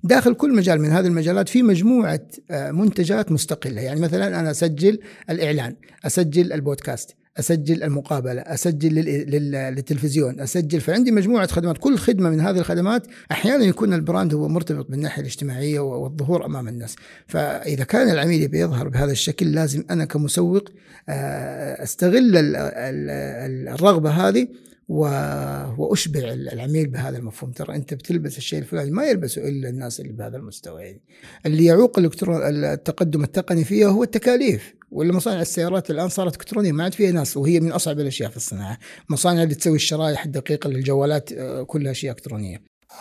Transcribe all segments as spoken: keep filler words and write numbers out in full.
داخل كل مجال من هذه المجالات في مجموعة منتجات مستقلة. يعني مثلا أنا أسجل الإعلان، أسجل البودكاست، أسجل المقابلة، أسجل للتلفزيون، أسجل. فعندي مجموعة خدمات، كل خدمة من هذه الخدمات أحيانا يكون البراند هو مرتبط بالناحية الاجتماعية والظهور أمام الناس. فإذا كان العميل بيظهر بهذا الشكل لازم أنا كمسوق أستغل الرغبة هذه وأشبع العميل بهذا المفهوم. ترى أنت بتلبس الشيء الفلاني ما يلبسه إلا الناس اللي بهذا المستوى. يعني اللي يعوق التقدم التقني فيها هو التكاليف. ولا مصانع السيارات الآن صارت إلكترونية ما عاد فيها ناس، وهي من أصعب الأشياء في الصناعة. مصانع اللي تسوي الشرائح الدقيقة للجوالات كلها أشياء إلكترونية.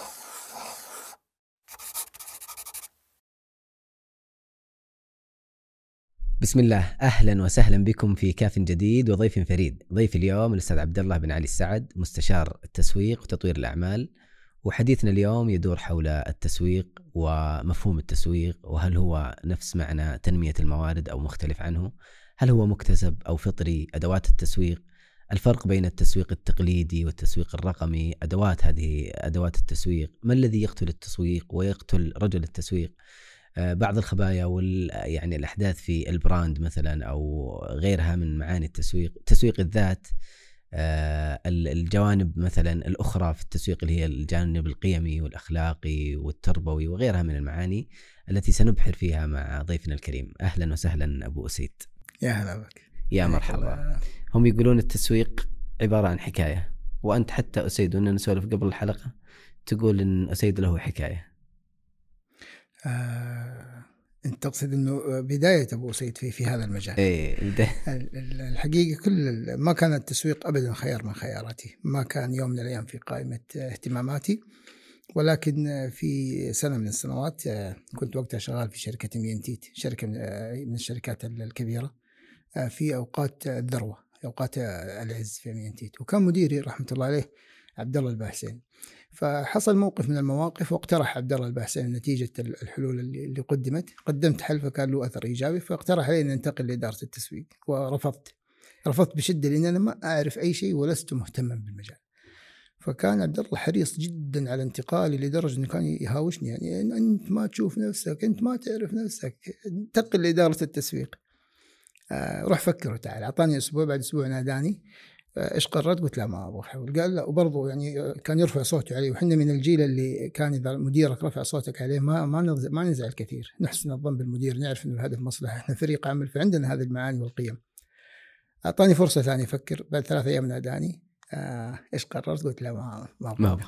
بسم الله، أهلا وسهلا بكم في كاف جديد وضيف فريد. ضيف اليوم الأستاذ عبد الله بن علي السعد، مستشار التسويق وتطوير الأعمال. وحديثنا اليوم يدور حول التسويق ومفهوم التسويق، وهل هو نفس معنى تنمية الموارد أو مختلف عنه؟ هل هو مكتسب أو فطري؟ أدوات التسويق، الفرق بين التسويق التقليدي والتسويق الرقمي، أدوات هذه أدوات التسويق، ما الذي يقتل التسويق ويقتل رجل التسويق، بعض الخبايا وال يعني الأحداث في البراند مثلا أو غيرها من معاني التسويق، تسويق الذات، الجوانب مثلا الأخرى في التسويق اللي هي الجانب القيمي والأخلاقي والتربوي وغيرها من المعاني التي سنبحر فيها مع ضيفنا الكريم. أهلا وسهلا أبو أسيد. يا هلا بك. يا مرحبا. هم يقولون التسويق عبارة عن حكاية، وأنت حتى أسيد وأننا نسولف قبل الحلقة تقول إن أسيد له حكاية. آه، أنت تقصد إنه بداية أبو سيد في في هذا المجال؟ إيه، الحقيقة كل ما كان التسويق أبدا خيار من خياراتي، ما كان يوم من الأيام في قائمة اهتماماتي. ولكن في سنة من السنوات كنت وقتها شغال في شركة مينتيت، شركة من الشركات الكبيرة في أوقات الذروة، أوقات العز في مينتيت، وكان مديري رحمة الله عليه عبد الله الباحسين. فحصل موقف من المواقف واقترح عبد الله الباحسين نتيجة الحلول اللي قدمت قدمت حل فكان له أثر إيجابي، فاقترح علي أن ننتقل لإدارة التسويق، ورفضت رفضت بشدة لأن أنا ما أعرف أي شيء ولست مهتما بالمجال. فكان عبد الله حريص جدا على انتقالي لدرجة أنه كان يهاوشني، يعني أنت ما تشوف نفسك، أنت ما تعرف نفسك، انتقل لإدارة التسويق. آه روح فكر وتعال. أعطاني أسبوع، بعد أسبوع ناداني، إيش قررت؟ قلت لا ما أبغى أحاول. قال لا، وبرضه يعني كان يرفع صوته علي، وحنا من الجيل اللي كان إذا مديرك رفع صوتك عليه ما ما نزعل ما نزعل كثير، نحسن الظن بالمدير، نعرف إنه الهدف مصلحة، إحنا فريق عمل فعندنا هذه المعاني والقيم. أعطاني فرصة ثانية أفكر، بعد ثلاثة أيام ناداني، آه إيش قررت؟ قلت لا ما ما أبغى.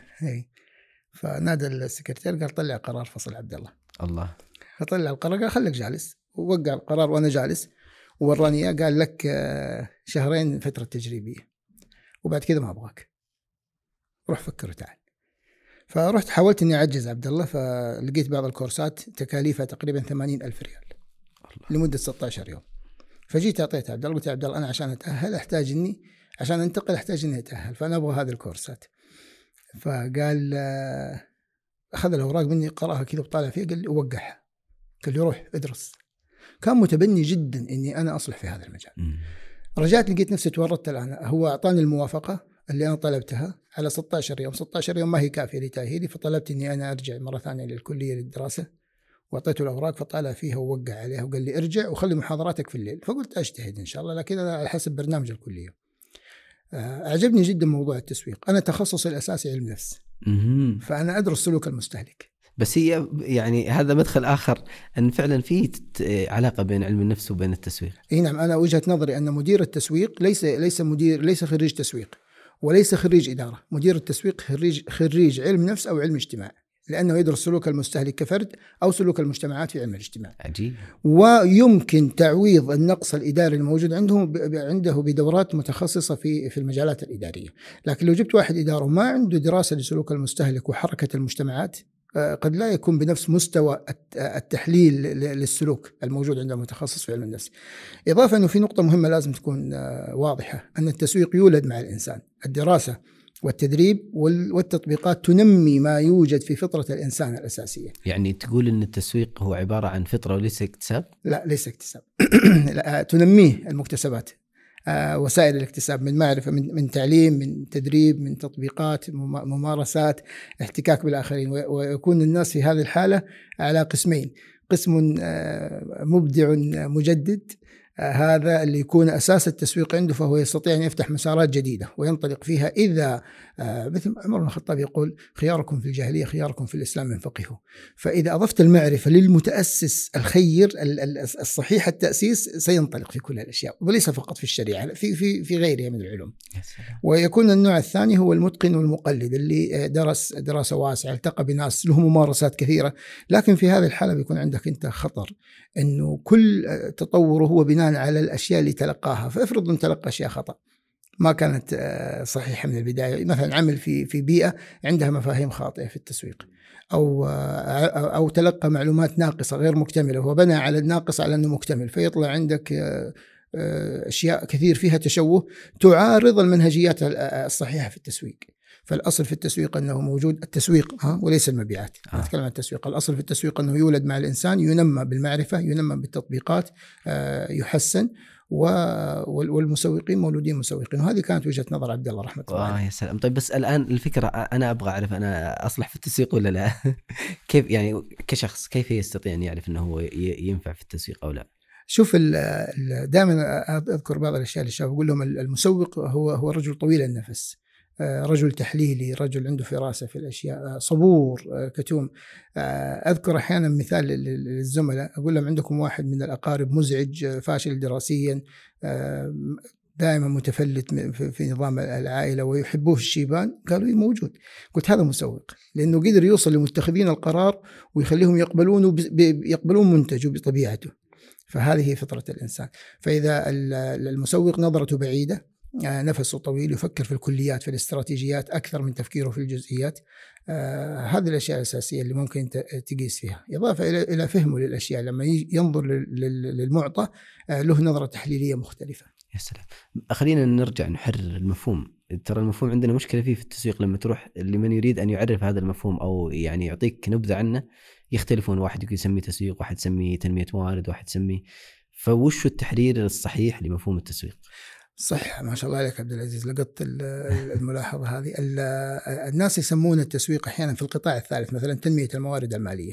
فنادى السكرتير قال طلع قرار فصل عبد الله. الله. فطلع القرار، قال خليك جالس، ووقع القرار وأنا جالس ووراني إياه، قال لك شهرين فترة تجريبية وبعد كذا ما أبغاك، روح فكر وتعال. فرحت حاولت إني أعجز عبد الله، فلقيت بعض الكورسات تكاليفها تقريبا ثمانين ألف ريال لمدة ستة عشر يوم. فجيت أعطيت عبد الله، قلت يا عبد الله أنا عشان أتأهل أحتاج إني عشان أنتقل أحتاج إني أتأهل، فأنا أبغى هذه الكورسات. فقال أخذ الأوراق مني، قرأها كذا وطالع فيها، قال لي وقعها، قال لي روح ادرس. كان متبني جدا إني أنا أصلح في هذا المجال. م. رجعت لقيت نفسي تورطت الآن. هو أعطاني الموافقة اللي أنا طلبتها على ستة عشر يوم، ستة عشر يوم ما هي كافية لتأهيلي، فطلبت إني أنا أرجع مرة ثانية للكلية للدراسة، وأعطيته الأوراق فطالع فيها ووقع عليها وقال لي ارجع وخلي محاضراتك في الليل. فقلت أجتهد إن شاء الله، لكن أنا على حسب برنامج الكلية. أعجبني جدا موضوع التسويق. أنا تخصصي الأساسي علم نفس، فأنا أدرس سلوك المستهلك. بس هي يعني هذا مدخل آخر أن فعلا في علاقة بين علم النفس وبين التسويق. إيه نعم. أنا وجهة نظري أن مدير التسويق ليس ليس مدير ليس خريج تسويق وليس خريج إدارة. مدير التسويق خريج خريج علم نفس أو علم اجتماع، لأنه يدرس سلوك المستهلك كفرد أو سلوك المجتمعات في علم الاجتماع. عجيب. ويمكن تعويض النقص الإداري الموجود عنده عنده بدورات متخصصة في في المجالات الإدارية. لكن لو جبت واحد إدارة ما عنده دراسة لسلوك المستهلك وحركة المجتمعات، قد لا يكون بنفس مستوى التحليل للسلوك الموجود عند المتخصص في علم النفس. إضافة أنه في نقطة مهمة لازم تكون واضحة، أن التسويق يولد مع الإنسان. الدراسة والتدريب والتطبيقات تنمي ما يوجد في فطرة الإنسان الأساسية. يعني تقول أن التسويق هو عبارة عن فطرة وليس اكتساب؟ لا، ليس اكتساب. لا، تنميه المكتسبات. وسائل الاكتساب من معرفة، من, من تعليم، من تدريب، من تطبيقات، ممارسات، احتكاك بالآخرين. ويكون الناس في هذه الحالة على قسمين: قسم مبدع مجدد، هذا اللي يكون أساس التسويق عنده، فهو يستطيع أن يفتح مسارات جديدة وينطلق فيها. إذا مثل عمر بن الخطاب يقول: خياركم في الجاهلية خياركم في الإسلام من فقهه. فإذا أضفت المعرفة للمتأسس الخير الصحيح التأسيس سينطلق في كل الأشياء، وليس فقط في الشريعة، في في في غيرها من العلوم. ويكون النوع الثاني هو المتقن والمقلد، اللي درس دراسة واسعة، التقى بناس له ممارسات كثيرة. لكن في هذه الحالة بيكون عندك أنت خطر أنه كل تطوره هو بناء على الأشياء اللي تلقاها. فافرض أن تلقى أشياء خطأ ما كانت صحيحة من البداية، مثلا عمل في في بيئة عندها مفاهيم خاطئة في التسويق، أو أو تلقى معلومات ناقصة غير مكتملة وبنى على الناقص على أنه مكتمل، فيطلع عندك أشياء كثير فيها تشوه تعارض المنهجيات الصحيحة في التسويق. فالأصل في التسويق أنه موجود التسويق ها وليس المبيعات. آه. نتكلم عن التسويق. الأصل في التسويق أنه يولد مع الإنسان، ينمى بالمعرفة، ينمى بالتطبيقات، آه يحسن، والمسوقين مولودين مسوقين. وهذه كانت وجهة نظر عبد الله رحمة الله عليه. آه يا سلام. طيب بس الآن الفكرة أنا أبغى أعرف أنا أصلح في التسويق ولا لا؟ كيف يعني كشخص كيف يستطيع أن يعرف أنه هو ينفع في التسويق أو لا؟ شوف، دائما أذكر بعض الأشياء اللي شافوا، أقول لهم المسوق هو هو رجل طويل النفس، رجل تحليلي، رجل عنده فراسة في الأشياء، صبور، كتوم. أذكر أحيانا مثال للزملاء، أقول لهم عندكم واحد من الأقارب مزعج، فاشل دراسيا، دائما متفلت في نظام العائلة ويحبوه الشيبان. قالوا لي موجود. قلت هذا مسوق، لأنه قدر يوصل لمتخذين القرار ويخليهم يقبلونه، يقبلون منتجه بطبيعته. فهذه فطرة الإنسان. فإذا المسوق نظرته بعيدة، نفسه طويل، يفكر في الكليات، في الاستراتيجيات أكثر من تفكيره في الجزئيات. آه هذه الأشياء الأساسية اللي ممكن تقيس فيها، إضافة إلى إلى فهمه للأشياء. لما ينظر للمعطى آه له نظرة تحليلية مختلفة. يا سلام. خلينا نرجع نحرر المفهوم. ترى المفهوم عندنا مشكلة فيه في التسويق. لما تروح لمن يريد أن يعرف هذا المفهوم أو يعني يعطيك نبذة عنه، يختلفون. واحد يسميه تسويق، واحد يسميه تنمية موارد، واحد يسميه. فوش التحرير الصحيح لمفهوم التسويق؟ صح، ما شاء الله عليك عبد العزيز، لقطت الملاحظة هذه. الناس يسمون التسويق أحيانا في القطاع الثالث مثلا تنمية الموارد المالية.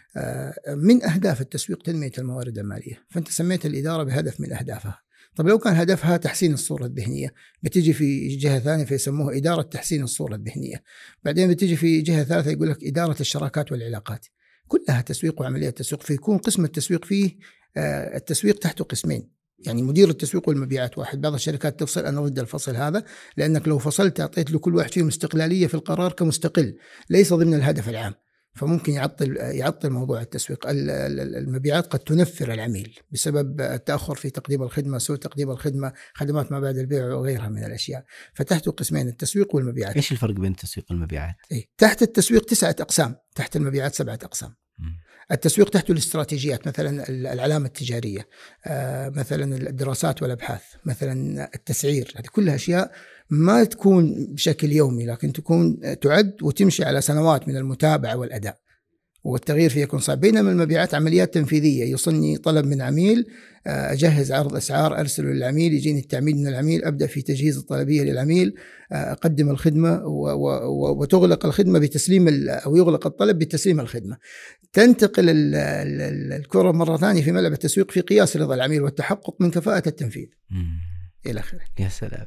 من أهداف التسويق تنمية الموارد المالية، فأنت سميت الإدارة بهدف من أهدافها. طب لو كان هدفها تحسين الصورة الذهنية، بتيجي في جهة ثانية فيسموها إدارة تحسين الصورة الذهنية. بعدين بتيجي في جهة ثالثة يقول لك إدارة الشراكات والعلاقات. كلها تسويق وعملية تسويق. فيكون قسم التسويق فيه التسويق تحته قسمين، يعني مدير التسويق والمبيعات واحد. بعض الشركات تفصل، أنا ضد الفصل هذا، لأنك لو فصلت أعطيت له كل واحد فيهم استقلالية في القرار كمستقل ليس ضمن الهدف العام، فممكن يعطل يعطل موضوع التسويق. المبيعات قد تنفر العميل بسبب التأخر في تقديم الخدمة، سوء تقديم الخدمة، خدمات ما بعد البيع وغيرها من الأشياء. فتحته قسمين، التسويق والمبيعات. إيش الفرق بين التسويق والمبيعات؟ إيه؟ تحت التسويق تسعة أقسام، تحت المبيعات سبعة أقسام. م. التسويق تحته الاستراتيجيات، مثلا العلامة التجارية، مثلا الدراسات والأبحاث، مثلا التسعير. هذه كلها أشياء ما تكون بشكل يومي، لكن تكون تعد وتمشي على سنوات من المتابعة والأداء، والتغيير فيه يكون صعب. بينما المبيعات عمليات تنفيذية، يوصلني طلب من عميل، أجهز عرض أسعار، أرسله للعميل، يجيني التعميد من العميل، أبدأ في تجهيز الطلبية للعميل، أقدم الخدمة، وتغلق الخدمة بتسليم، أو يغلق الطلب بتسليم الخدمة. تنتقل الكرة مرة ثانية في ملعب التسويق في قياس رضا العميل والتحقق من كفاءة التنفيذ إلى آخره. يا سلام.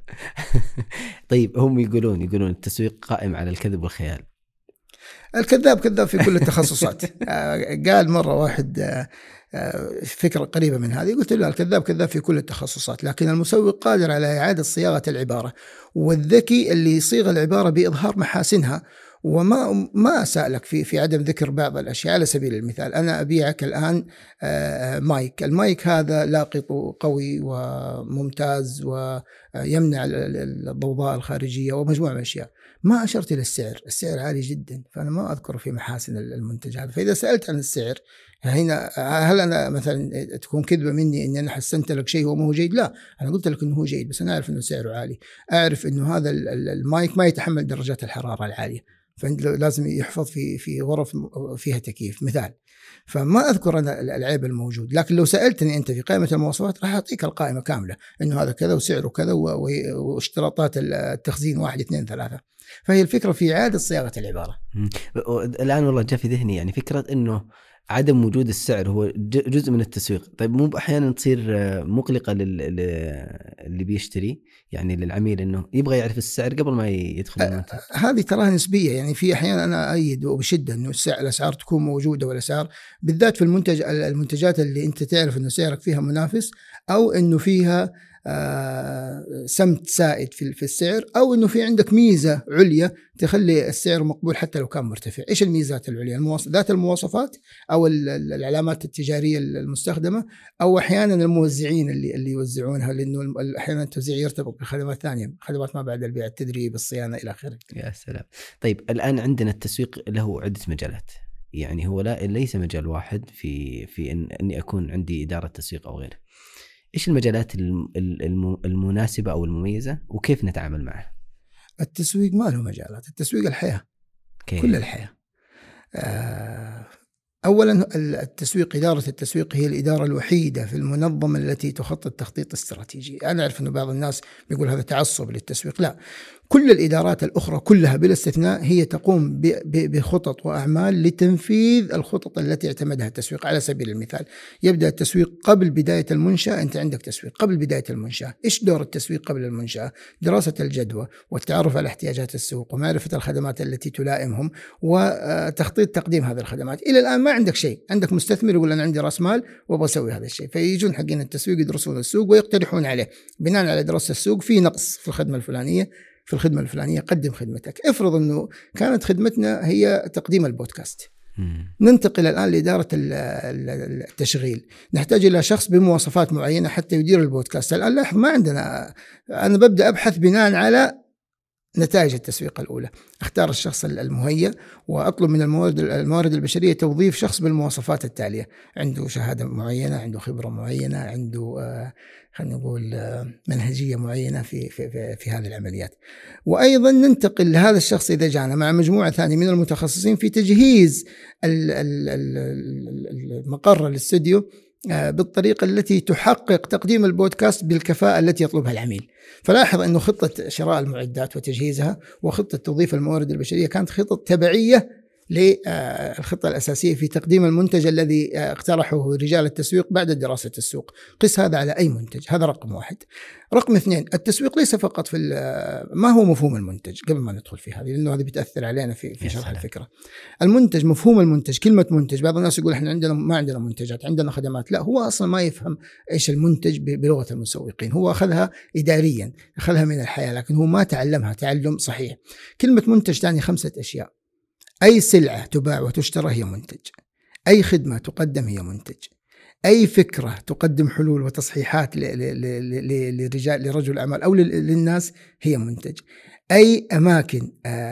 طيب هم يقولون يقولون التسويق قائم على الكذب والخيال. الكذاب كذاب في كل التخصصات. قال مرة واحد فكرة قريبة من هذه، قلت له الكذاب كذاب في كل التخصصات، لكن المسوق قادر على إعادة صياغة العبارة، والذكي اللي يصيغ العبارة بإظهار محاسنها. وما ما أسألك في في عدم ذكر بعض الأشياء. على سبيل المثال، أنا أبيعك الآن مايك، المايك هذا لاقط قوي وممتاز يمنع الضوضاء الخارجية ومجموعة من الأشياء. ما أشرت إلى السعر، السعر عالي جدا، فأنا ما أذكر في محاسن المنتج هذا. فإذا سألت عن السعر هنا، هل أنا مثلا تكون كذبة مني إني أنا حسنت لك شيء هو ما هو جيد؟ لا، أنا قلت لك إنه هو جيد، بس أنا أعرف إنه سعره عالي، أعرف إنه هذا المايك ما يتحمل درجات الحرارة العالية، فلازم يحفظ في في غرف فيها تكييف مثال. فما أذكر أنا العيب الموجود، لكن لو سألتني أنت في قائمة المواصفات راح أعطيك القائمة كاملة، إنه هذا كذا وسعره كذا واشتراطات التخزين واحد اثنين ثلاثة. فهي الفكرة في إعادة صياغة العبارة. الآن والله جاء في ذهني يعني فكرة إنه عدم وجود السعر هو جزء من التسويق. طيب مو أحيانا تصير مقلقة اللي بيشتري، يعني للعميل، إنه يبغى يعرف السعر قبل ما يدخل المنتج؟ هذه تراها نسبية، يعني في أحيانا أنا أيد وبشدة إنه السعر الأسعار تكون موجودة، والأسعار بالذات في المنتج المنتجات اللي أنت تعرف إنه سعرك فيها منافس، أو إنه فيها آه سمت سائد في في السعر، أو إنه في عندك ميزة عليا تخلي السعر مقبول حتى لو كان مرتفع. إيش الميزات العليا؟ المواصف ذات المواصفات، أو العلامات التجارية المستخدمة، أو أحيانا الموزعين اللي اللي يوزعونها، لأنه أحيانا التوزيع يرتبط بخدمات ثانية، خدمات ما بعد البيع، التدريب، الصيانة إلى آخره. يا سلام. طيب الآن عندنا التسويق له عدة مجالات، يعني هو لا ليس مجال واحد في في إن إني أكون عندي إدارة تسويق أو غيره. إيش المجالات المناسبة أو المميزة وكيف نتعامل معها؟ التسويق ما له مجالات، التسويق الحياة. كيف؟ كل الحياة. أولا التسويق، إدارة التسويق هي الإدارة الوحيدة في المنظمة التي تخطط تخطيط استراتيجي. أنا أعرف أنه بعض الناس بيقول هذا تعصب للتسويق، لا، كل الإدارات الأخرى كلها بلا استثناء هي تقوم بخطط وأعمال لتنفيذ الخطط التي اعتمدها التسويق. على سبيل المثال، يبدأ التسويق قبل بداية المنشأة. أنت عندك تسويق قبل بداية المنشأة. إيش دور التسويق قبل المنشأة؟ دراسة الجدوى والتعرف على احتياجات السوق ومعرفة الخدمات التي تلائمهم وتخطيط تقديم هذه الخدمات. إلى الآن ما عندك شيء، عندك مستثمر يقول أنا عندي رأس مال وأبغى أسوي هذا الشيء، فيجون حقين التسويق يدرسون السوق ويقترحون عليه بناء على دراسة السوق في نقص في الخدمة الفلانية، في الخدمة الفلانية قدم خدمتك. افرض أنه كانت خدمتنا هي تقديم البودكاست، ننتقل الآن لإدارة التشغيل، نحتاج إلى شخص بمواصفات معينة حتى يدير البودكاست. الآن لاحظ ما عندنا، أنا ببدأ أبحث بناء على نتائج التسويق الأولى، اختار الشخص المهيأ وأطلب من الموارد الموارد البشرية توظيف شخص بالمواصفات التالية: عنده شهادة معينة، عنده خبرة معينة، عنده آه خلينا نقول آه منهجية معينة في, في, في, في هذه العمليات. وأيضا ننتقل لهذا الشخص إذا جانا مع مجموعة ثانية من المتخصصين في تجهيز المقر الاستوديو بالطريقة التي تحقق تقديم البودكاست بالكفاءة التي يطلبها العميل. فلاحظ أنه خطة شراء المعدات وتجهيزها وخطة توظيف الموارد البشرية كانت خطط تبعية للخطة الأساسية في تقديم المنتج الذي اقترحه رجال التسويق بعد دراسة السوق. قس هذا على أي منتج، هذا رقم واحد. رقم اثنين، التسويق ليس فقط في ما هو مفهوم المنتج قبل ما ندخل في هذه، لأنه هذه بتأثر علينا في في شرح الفكرة. المنتج، مفهوم المنتج، كلمة منتج، بعض الناس يقول احنا عندنا ما عندنا منتجات، عندنا خدمات. لا، هو أصلا ما يفهم إيش المنتج بلغة المسوقين، هو أخذها إداريا، أخذها من الحياة، لكن هو ما تعلمها تعلم صحيح. كلمة منتج تعني خمسة أشياء: أي سلعة تباع وتشترى هي منتج، أي خدمة تقدم هي منتج، أي فكرة تقدم حلول وتصحيحات لرجال لرجل أعمال أو للناس هي منتج، أي أماكن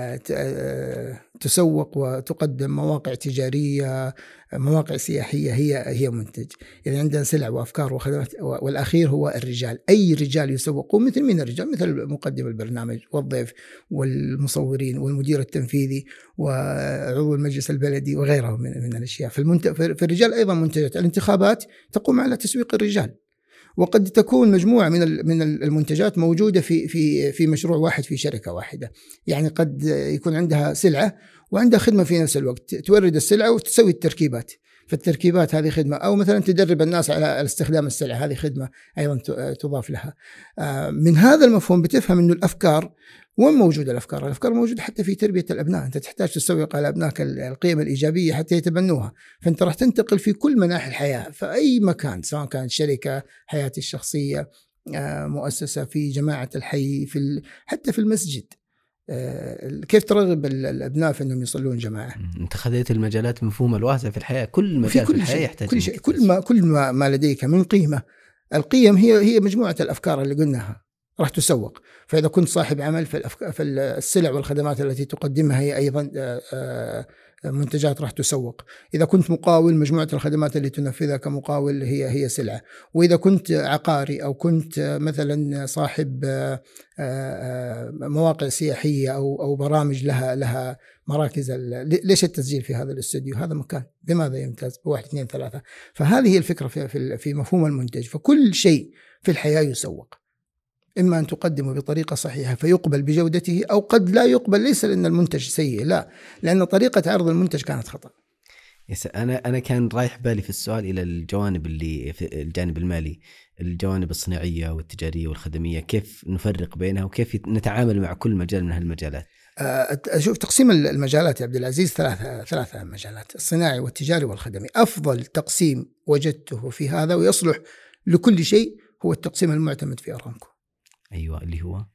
تسوق وتقدم مواقع تجارية، مواقع سياحية هي هي منتج. يعني عندنا سلع وأفكار وخدمات. والأخير هو الرجال، أي رجال يسوقون، مثل من الرجال؟ مثل مقدم البرنامج والضيف والمصورين والمدير التنفيذي وعضو المجلس البلدي وغيرهم من من الأشياء. في, المنت... في الرجال أيضا منتجات. الانتخابات تقوم على تسويق الرجال، وقد تكون مجموعة من من المنتجات موجودة في في في مشروع واحد في شركة واحدة. يعني قد يكون عندها سلعة وعندها خدمة في نفس الوقت، تورد السلعة وتسوي التركيبات، فالتركيبات هذه خدمة، أو مثلا تدرب الناس على استخدام السلعة، هذه خدمة أيضا تضاف لها. من هذا المفهوم بتفهم إنه الأفكار، وين موجودة الأفكار؟ الأفكار موجودة حتى في تربية الأبناء. أنت تحتاج تسوق على أبنائك القيم الإيجابية حتى يتبنوها، فأنت راح تنتقل في كل مناحي الحياة في أي مكان، سواء كانت شركة، حياتي الشخصية، مؤسسة، في جماعة الحي، في ال... حتى في المسجد. كيف ترغب الأبناء في أنهم يصلون جماعة؟ أنت خذيت المجالات مفهوم الواسع في الحياة، كل مجال في, في الحياة يحتاج كل شيء، كل ما كل ما, ما لديك من قيمة. القيم هي هي مجموعة الأفكار اللي قلناها. راح تسوق. فإذا كنت صاحب عمل فالسلع والخدمات التي تقدمها هي أيضا منتجات راح تسوق. إذا كنت مقاول مجموعة الخدمات اللي تنفذها كمقاول هي هي سلعة. وإذا كنت عقاري أو كنت مثلا صاحب مواقع سياحية أو أو برامج لها لها مراكز، ليش التسجيل في هذا الاستوديو؟ هذا مكان، بماذا يمتاز؟ بواحد اثنين ثلاثة. فهذه هي الفكرة في في مفهوم المنتج. فكل شيء في الحياة يسوق، إما أن تقدمه بطريقة صحيحة فيقبل بجودته، أو قد لا يقبل، ليس لأن المنتج سيء، لا، لأن طريقة عرض المنتج كانت خطأ. أنا أنا كان رايح بالي في السؤال إلى الجوانب اللي في الجانب المالي، الجوانب الصناعية والتجارية والخدمية، كيف نفرق بينها وكيف نتعامل مع كل مجال من هالمجالات؟ أشوف تقسيم المجالات يا عبد العزيز ثلاثة ثلاثة مجالات: الصناعي والتجاري والخدمي. أفضل تقسيم وجدته في هذا ويصلح لكل شيء هو التقسيم المعتمد في أرامكو. أيوة، اللي هو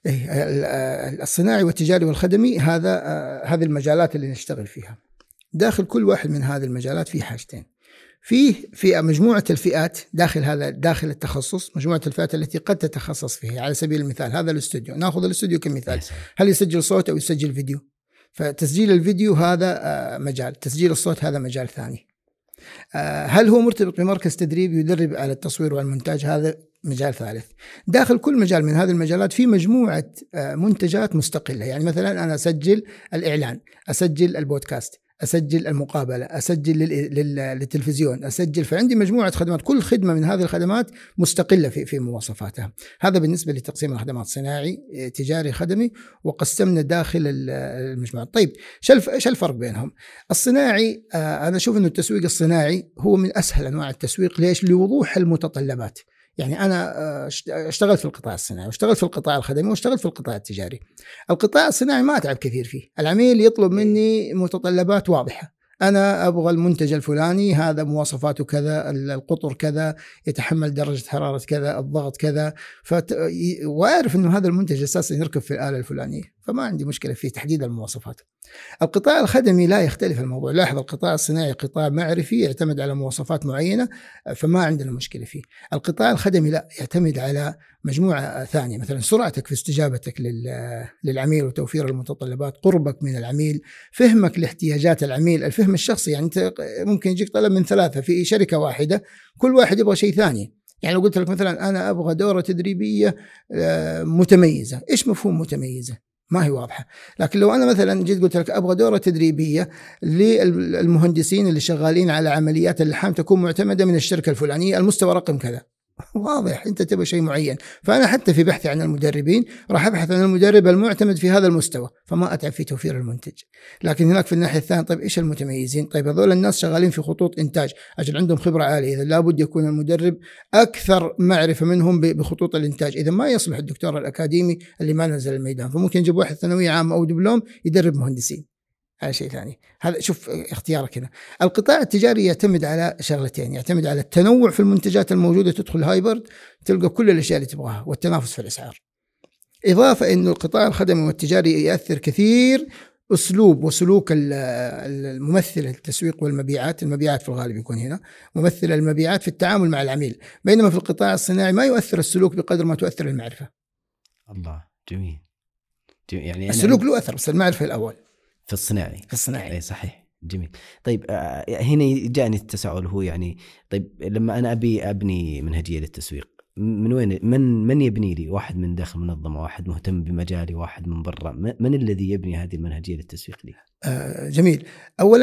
الصناعي والتجاري والخدمي. هذا هذه المجالات اللي نشتغل فيها. داخل كل واحد من هذه المجالات في حاجتين: فيه في مجموعة الفئات داخل هذا داخل التخصص، مجموعة الفئات التي قد تتخصص فيها. على سبيل المثال هذا الاستوديو، ناخذ الاستوديو كمثال، هل يسجل صوت أو يسجل فيديو؟ فتسجيل الفيديو هذا مجال، تسجيل الصوت هذا مجال ثاني. هل هو مرتبط بمركز تدريب يدرب على التصوير والمونتاج؟ هذا مجال ثالث. داخل كل مجال من هذه المجالات في مجموعة منتجات مستقلة. يعني مثلا أنا أسجل الإعلان، أسجل البودكاست، أسجل المقابلة، أسجل للتلفزيون، أسجل. فعندي مجموعة خدمات، كل خدمة من هذه الخدمات مستقلة في في مواصفاتها. هذا بالنسبة لتقسيم الخدمات: صناعي، تجاري، خدمي. وقسمنا داخل المجموعة. طيب شو الفرق بينهم؟ الصناعي، أنا أشوف أنه التسويق الصناعي هو من أسهل أنواع التسويق. ليش؟ لوضوح المتطلبات. يعني أنا اشتغلت في القطاع الصناعي، واشتغلت في القطاع الخدمي، واشتغلت في القطاع التجاري. القطاع الصناعي ما أتعب كثير فيه. العميل يطلب مني متطلبات واضحة: أنا أبغى المنتج الفلاني، هذا مواصفاته كذا، القطر كذا، يتحمل درجة حرارة كذا، الضغط كذا، فت... وأعرف أنه هذا المنتج أساسا يركب في الآلة الفلانية، فما عندي مشكلة في تحديد المواصفات. القطاع الخدمي لا يختلف الموضوع. لاحظ، القطاع الصناعي قطاع معرفي يعتمد على مواصفات معينة، فما عندنا مشكلة فيه. القطاع الخدمي لا، يعتمد على مجموعة ثانية، مثلا سرعتك في استجابتك للعميل وتوفير المتطلبات، قربك من العميل، فهمك لاحتياجات العميل، الفهم الشخصي. يعني أنت ممكن يجيك طلب من ثلاثة في شركة واحدة، كل واحد يبغى شيء ثاني. يعني لو قلت لك مثلا أنا أبغى دورة تدريبية متميزة، إيش مفهوم متميزة؟ ما هي واضحة. لكن لو أنا مثلا جيت قلت لك أبغى دورة تدريبية للمهندسين اللي شغالين على عمليات اللحام تكون معتمدة من الشركة الفلانية، المستوى رقم كذا، واضح، أنت تبغى شيء معين. فأنا حتى في بحثي عن المدربين راح أبحث عن المدرب المعتمد في هذا المستوى، فما أتعب في توفير المنتج. لكن هناك في الناحية الثانية، طيب إيش المتميزين؟ طيب هذول الناس شغالين في خطوط إنتاج، أجل عندهم خبرة عالية، إذا لابد يكون المدرب أكثر معرفة منهم بخطوط الإنتاج. إذا ما يصلح الدكتور الأكاديمي اللي ما نزل الميدان، فممكن يجيب واحد ثانوية عامة أو دبلوم يدرب مهندسين. هذا شيء ثاني. هذا شوف اختيارك هنا. القطاع التجاري يعتمد على شغلتين: يعتمد على التنوع في المنتجات الموجودة، تدخل هايبرد تلقى كل الأشياء اللي تبغاها، والتنافس في الأسعار. إضافة إنه القطاع الخدمي والتجاري يأثر كثير أسلوب وسلوك الممثل التسويق والمبيعات. المبيعات في الغالب يكون هنا ممثل المبيعات في التعامل مع العميل، بينما في القطاع الصناعي ما يؤثر السلوك بقدر ما تؤثر المعرفة. الله، جميل, جميل. يعني السلوك له أثر، بس المعرفة الأول في الصناعي. في الصناعي اي صحيح، جميل. طيب هنا جاءني التساؤل، هو يعني طيب لما انا ابي ابني منهجيه للتسويق، من وين من من يبني لي؟ واحد من داخل منظمه، واحد مهتم بمجالي، واحد من برا، من الذي يبني هذه المنهجيه للتسويق لي؟ آه جميل. اولا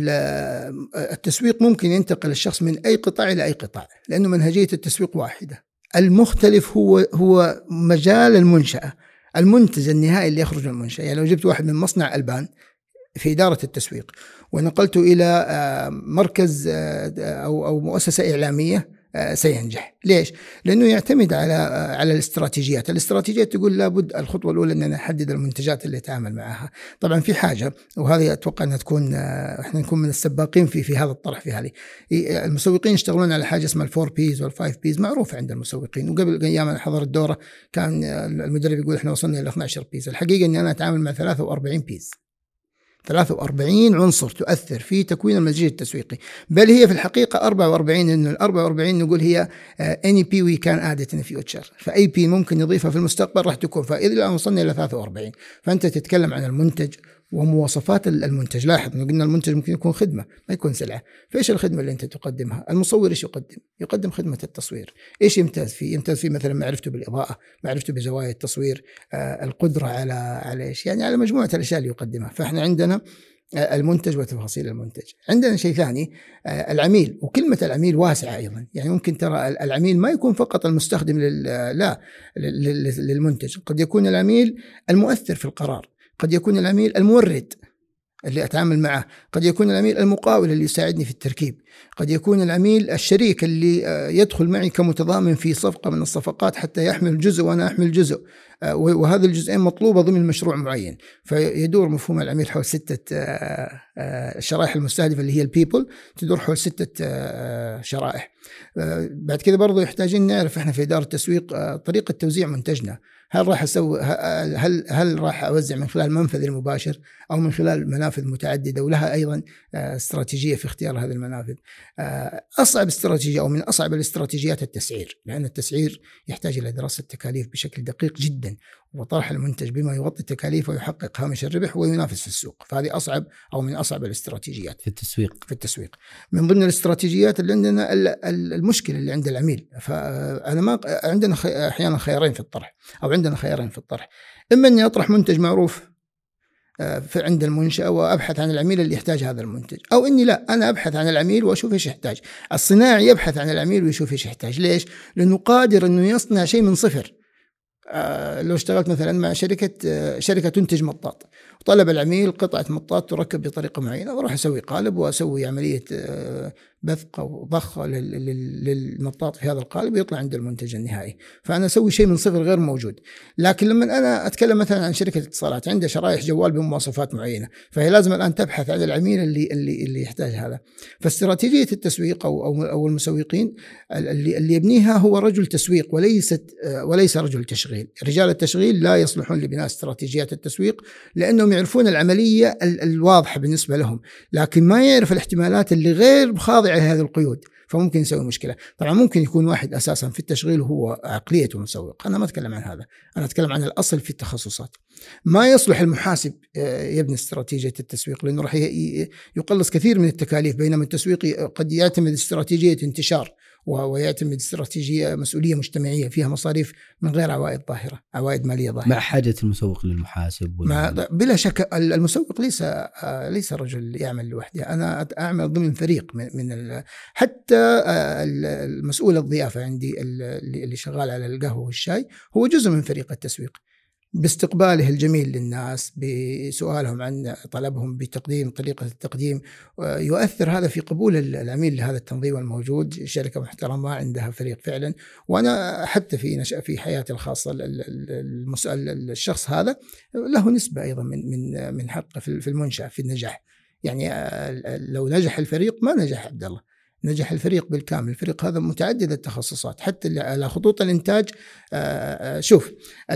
التسويق ممكن ينتقل الشخص من اي قطاع الى اي قطاع، لانه منهجيه التسويق واحده. المختلف هو هو مجال المنشاه، المنتج النهائي اللي يخرج من المنشأة. يعني لو جبت واحد من مصنع ألبان في إدارة التسويق ونقلته إلى مركز أو أو مؤسسة إعلامية سينجح. ليش؟ لأنه يعتمد على على الاستراتيجيات. الاستراتيجيات تقول لابد الخطوة الأولى أن نحدد المنتجات اللي يتعامل معها. طبعا في حاجة، وهذه أتوقع أنها تكون إحنا نكون من السباقين في في هذا الطرح. في هذه المسوقين يشتغلون على حاجة اسمها الفور بيز والفايف بيز، معروفة عند المسوقين. وقبل أيام أنا حضرت الدورة كان المدرب يقول إحنا وصلنا إلى اثناشر بيز. الحقيقة أني أنا أتعامل مع ثلاثة وأربعين بيز. ثلاثة وأربعين عنصر تؤثر في تكوين المزيج التسويقي، بل هي في الحقيقة أربعة وأربعين، إنه ال أربعة وأربعين نقول هي any P we can add it in the future، فأي P ممكن نضيفها في المستقبل راح تكون، فإذا الآن وصلنا إلى ثلاثة وأربعين. فأنت تتكلم عن المنتج ومواصفات المنتج. لاحظ إنه قلنا المنتج ممكن يكون خدمة ما يكون سلعة، فإيش الخدمة اللي أنت تقدمها؟ المصور إيش يقدم؟ يقدم خدمة التصوير. إيش يمتاز فيه؟ يمتاز فيه مثلا معرفته بالإضاءة، معرفته بزوايا التصوير، آه القدرة على على إيش يعني على مجموعة الأشياء اللي يقدمها. فإحنا عندنا آه المنتج وتفاصيل المنتج. عندنا شيء ثاني آه العميل، وكلمة العميل واسعة أيضا، يعني ممكن ترى العميل ما يكون فقط المستخدم لل لا للمنتج، قد يكون العميل المؤثر في القرار، قد يكون العميل المورد اللي أتعامل معه، قد يكون العميل المقاول اللي يساعدني في التركيب، قد يكون العميل الشريك اللي يدخل معي كمتضامن في صفقة من الصفقات حتى يحمل جزء وأنا أحمل جزء، وهذا الجزئين مطلوبة ضمن مشروع معين. فيدور مفهوم العميل حول ستة الشرائح المستهدفة اللي هي البيبل، تدور حول ستة شرائح. بعد كده برضو يحتاجين نعرف إحنا في إدارة التسويق طريقة توزيع منتجنا. هل راح أسوي هل هل راح أوزع من خلال منفذ المباشر أو من خلال منافذ متعددة، ولها أيضا استراتيجية في اختيار هذه المنافذ. أصعب استراتيجية أو من أصعب الاستراتيجيات التسعير، لأن التسعير يحتاج إلى دراسة تكاليف بشكل دقيق جدا، وطرح المنتج بما يغطي التكاليف ويحقق هامش الربح وينافس في السوق. فهذه أصعب أو من أصعب الاستراتيجيات في التسويق. في التسويق من ضمن الاستراتيجيات اللي عندنا المشكلة اللي عند العميل. فأنا ما عندنا أحيانا خيارين في الطرح، أو عندنا خيارين في الطرح، إما أني أطرح منتج معروف في عند المنشأة وأبحث عن العميل اللي يحتاج هذا المنتج، أو إني لا أنا أبحث عن العميل وأشوف إيش يحتاج. الصناعي يبحث عن العميل ويشوف إيش يحتاج. ليش؟ لأنه قادر إنه يصنع شيء من صفر. آه لو اشتغلت مثلا مع شركة آه شركة تنتج مطاط، وطلب العميل قطعة مطاط تركب بطريقة معينة، وأروح أسوي قالب وأسوي عملية آه بثق أو ضخ للمطاط في هذا القالب ويطلع عند المنتج النهائي. فأنا أسوي شيء من صفر غير موجود. لكن لما أنا أتكلم مثلا عن شركة اتصالات عندها شرائح جوال بمواصفات معينة، فهي لازم الآن تبحث عن العميل اللي اللي اللي يحتاج هذا. فاستراتيجية التسويق أو أو أو المسوقين اللي اللي يبنيها هو رجل تسويق وليست وليس رجل تشغيل. رجال التشغيل لا يصلحون لبناء استراتيجيات التسويق، لأنهم يعرفون العملية الواضحة بالنسبة لهم، لكن ما يعرف الاحتمالات اللي غير خاضعة لهذه القيود، فممكن يسوي مشكلة. طبعا ممكن يكون واحد أساسا في التشغيل وهو عقليته مسوق، أنا ما أتكلم عن هذا، أنا أتكلم عن الأصل في التخصصات. ما يصلح المحاسب يبني استراتيجية التسويق، لأنه راح يقلص كثير من التكاليف، بينما التسويق قد يعتمد استراتيجية انتشار ويعتمد استراتيجية مسؤولية مجتمعية فيها مصاريف من غير عوائد ظاهرة، عوائد مالية ظاهرة. مع حاجة المسوق للمحاسب ما بلا شك المسوق ليس ليس رجل يعمل لوحده، أنا أعمل ضمن فريق من, من حتى المسؤول الضيافة عندي اللي شغال على القهوة والشاي هو جزء من فريق التسويق، باستقباله الجميل للناس، بسؤالهم عن طلبهم، بتقديم طريقة التقديم، يؤثر هذا في قبول العميل لهذا التنظيم الموجود. شركة محترمة عندها فريق فعلا. وأنا حتى في نشأ في حياتي الخاصة المسؤول الشخص هذا له نسبة أيضا من من من حقه في المنشأة في النجاح. يعني لو نجح الفريق ما نجح عبد الله، نجح الفريق بالكامل. الفريق هذا متعدد التخصصات، حتى على خطوط الإنتاج. شوف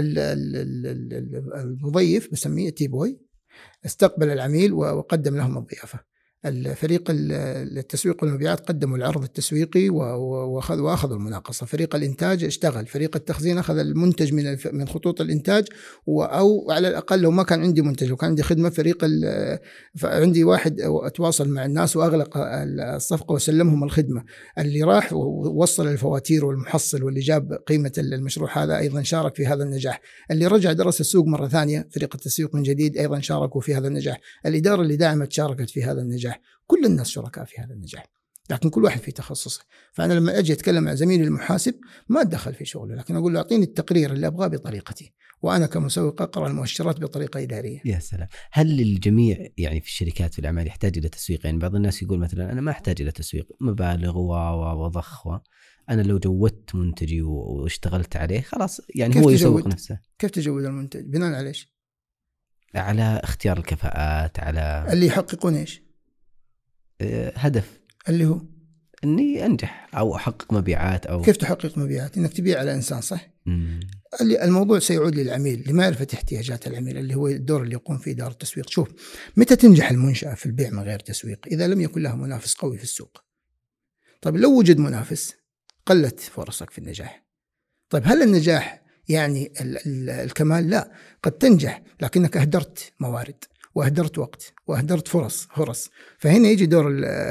المضيف بسميه تي بوي استقبل العميل وقدم لهم الضيافة. الفريق التسويق والمبيعات قدموا العرض التسويقي وأخذوا المناقصة. فريق الإنتاج اشتغل. فريق التخزين أخذ المنتج من من خطوط الإنتاج، أو على الأقل لو ما كان عندي منتج وكان عندي خدمة، فريق عندي واحد أتواصل مع الناس وأغلق الصفقة وسلمهم الخدمة. اللي راح ووصل الفواتير والمحصل واللي جاب قيمة المشروع هذا أيضا شارك في هذا النجاح. اللي رجع درس السوق مرة ثانية، فريق التسويق من جديد، أيضا شاركوا في هذا النجاح. الإدارة اللي دعمت شاركت في هذا النجاح. كل الناس شركاء في هذا النجاح، لكن كل واحد في تخصصه. فأنا لما أجي أتكلم مع زميلي المحاسب ما أتدخل في شغله، لكن أقول له أعطيني التقرير اللي أبغاه بطريقتي، وأنا كمسوق أقرأ المؤشرات بطريقة إدارية. يا سلام. هل الجميع يعني في الشركات في الأعمال يحتاج إلى تسويق؟ يعني بعض الناس يقول مثلا أنا ما أحتاج إلى تسويق، مبالغ وضخ، أنا لو جودت منتجي واشتغلت عليه خلاص يعني هو يسوق نفسه. كيف تجود المنتج؟ بناء على إيش؟ على اختيار الكفاءات، على اللي يحققون إيش؟ هدف اللي هو اني انجح او احقق مبيعات. او كيف تحقق مبيعات؟ انك تبيع على انسان صح. مم. الموضوع سيعود للعميل لمعرفة احتياجات العميل اللي هو الدور اللي يقوم فيه إدارة التسويق. شوف، متى تنجح المنشأة في البيع من غير تسويق؟ إذا لم يكن لها منافس قوي في السوق. طيب لو وجد منافس قلت فرصك في النجاح. طيب هل النجاح يعني ال ال الكمال؟ لا، قد تنجح لكنك أهدرت موارد وأهدرت وقت وأهدرت فرص فرص فهنا يجي دور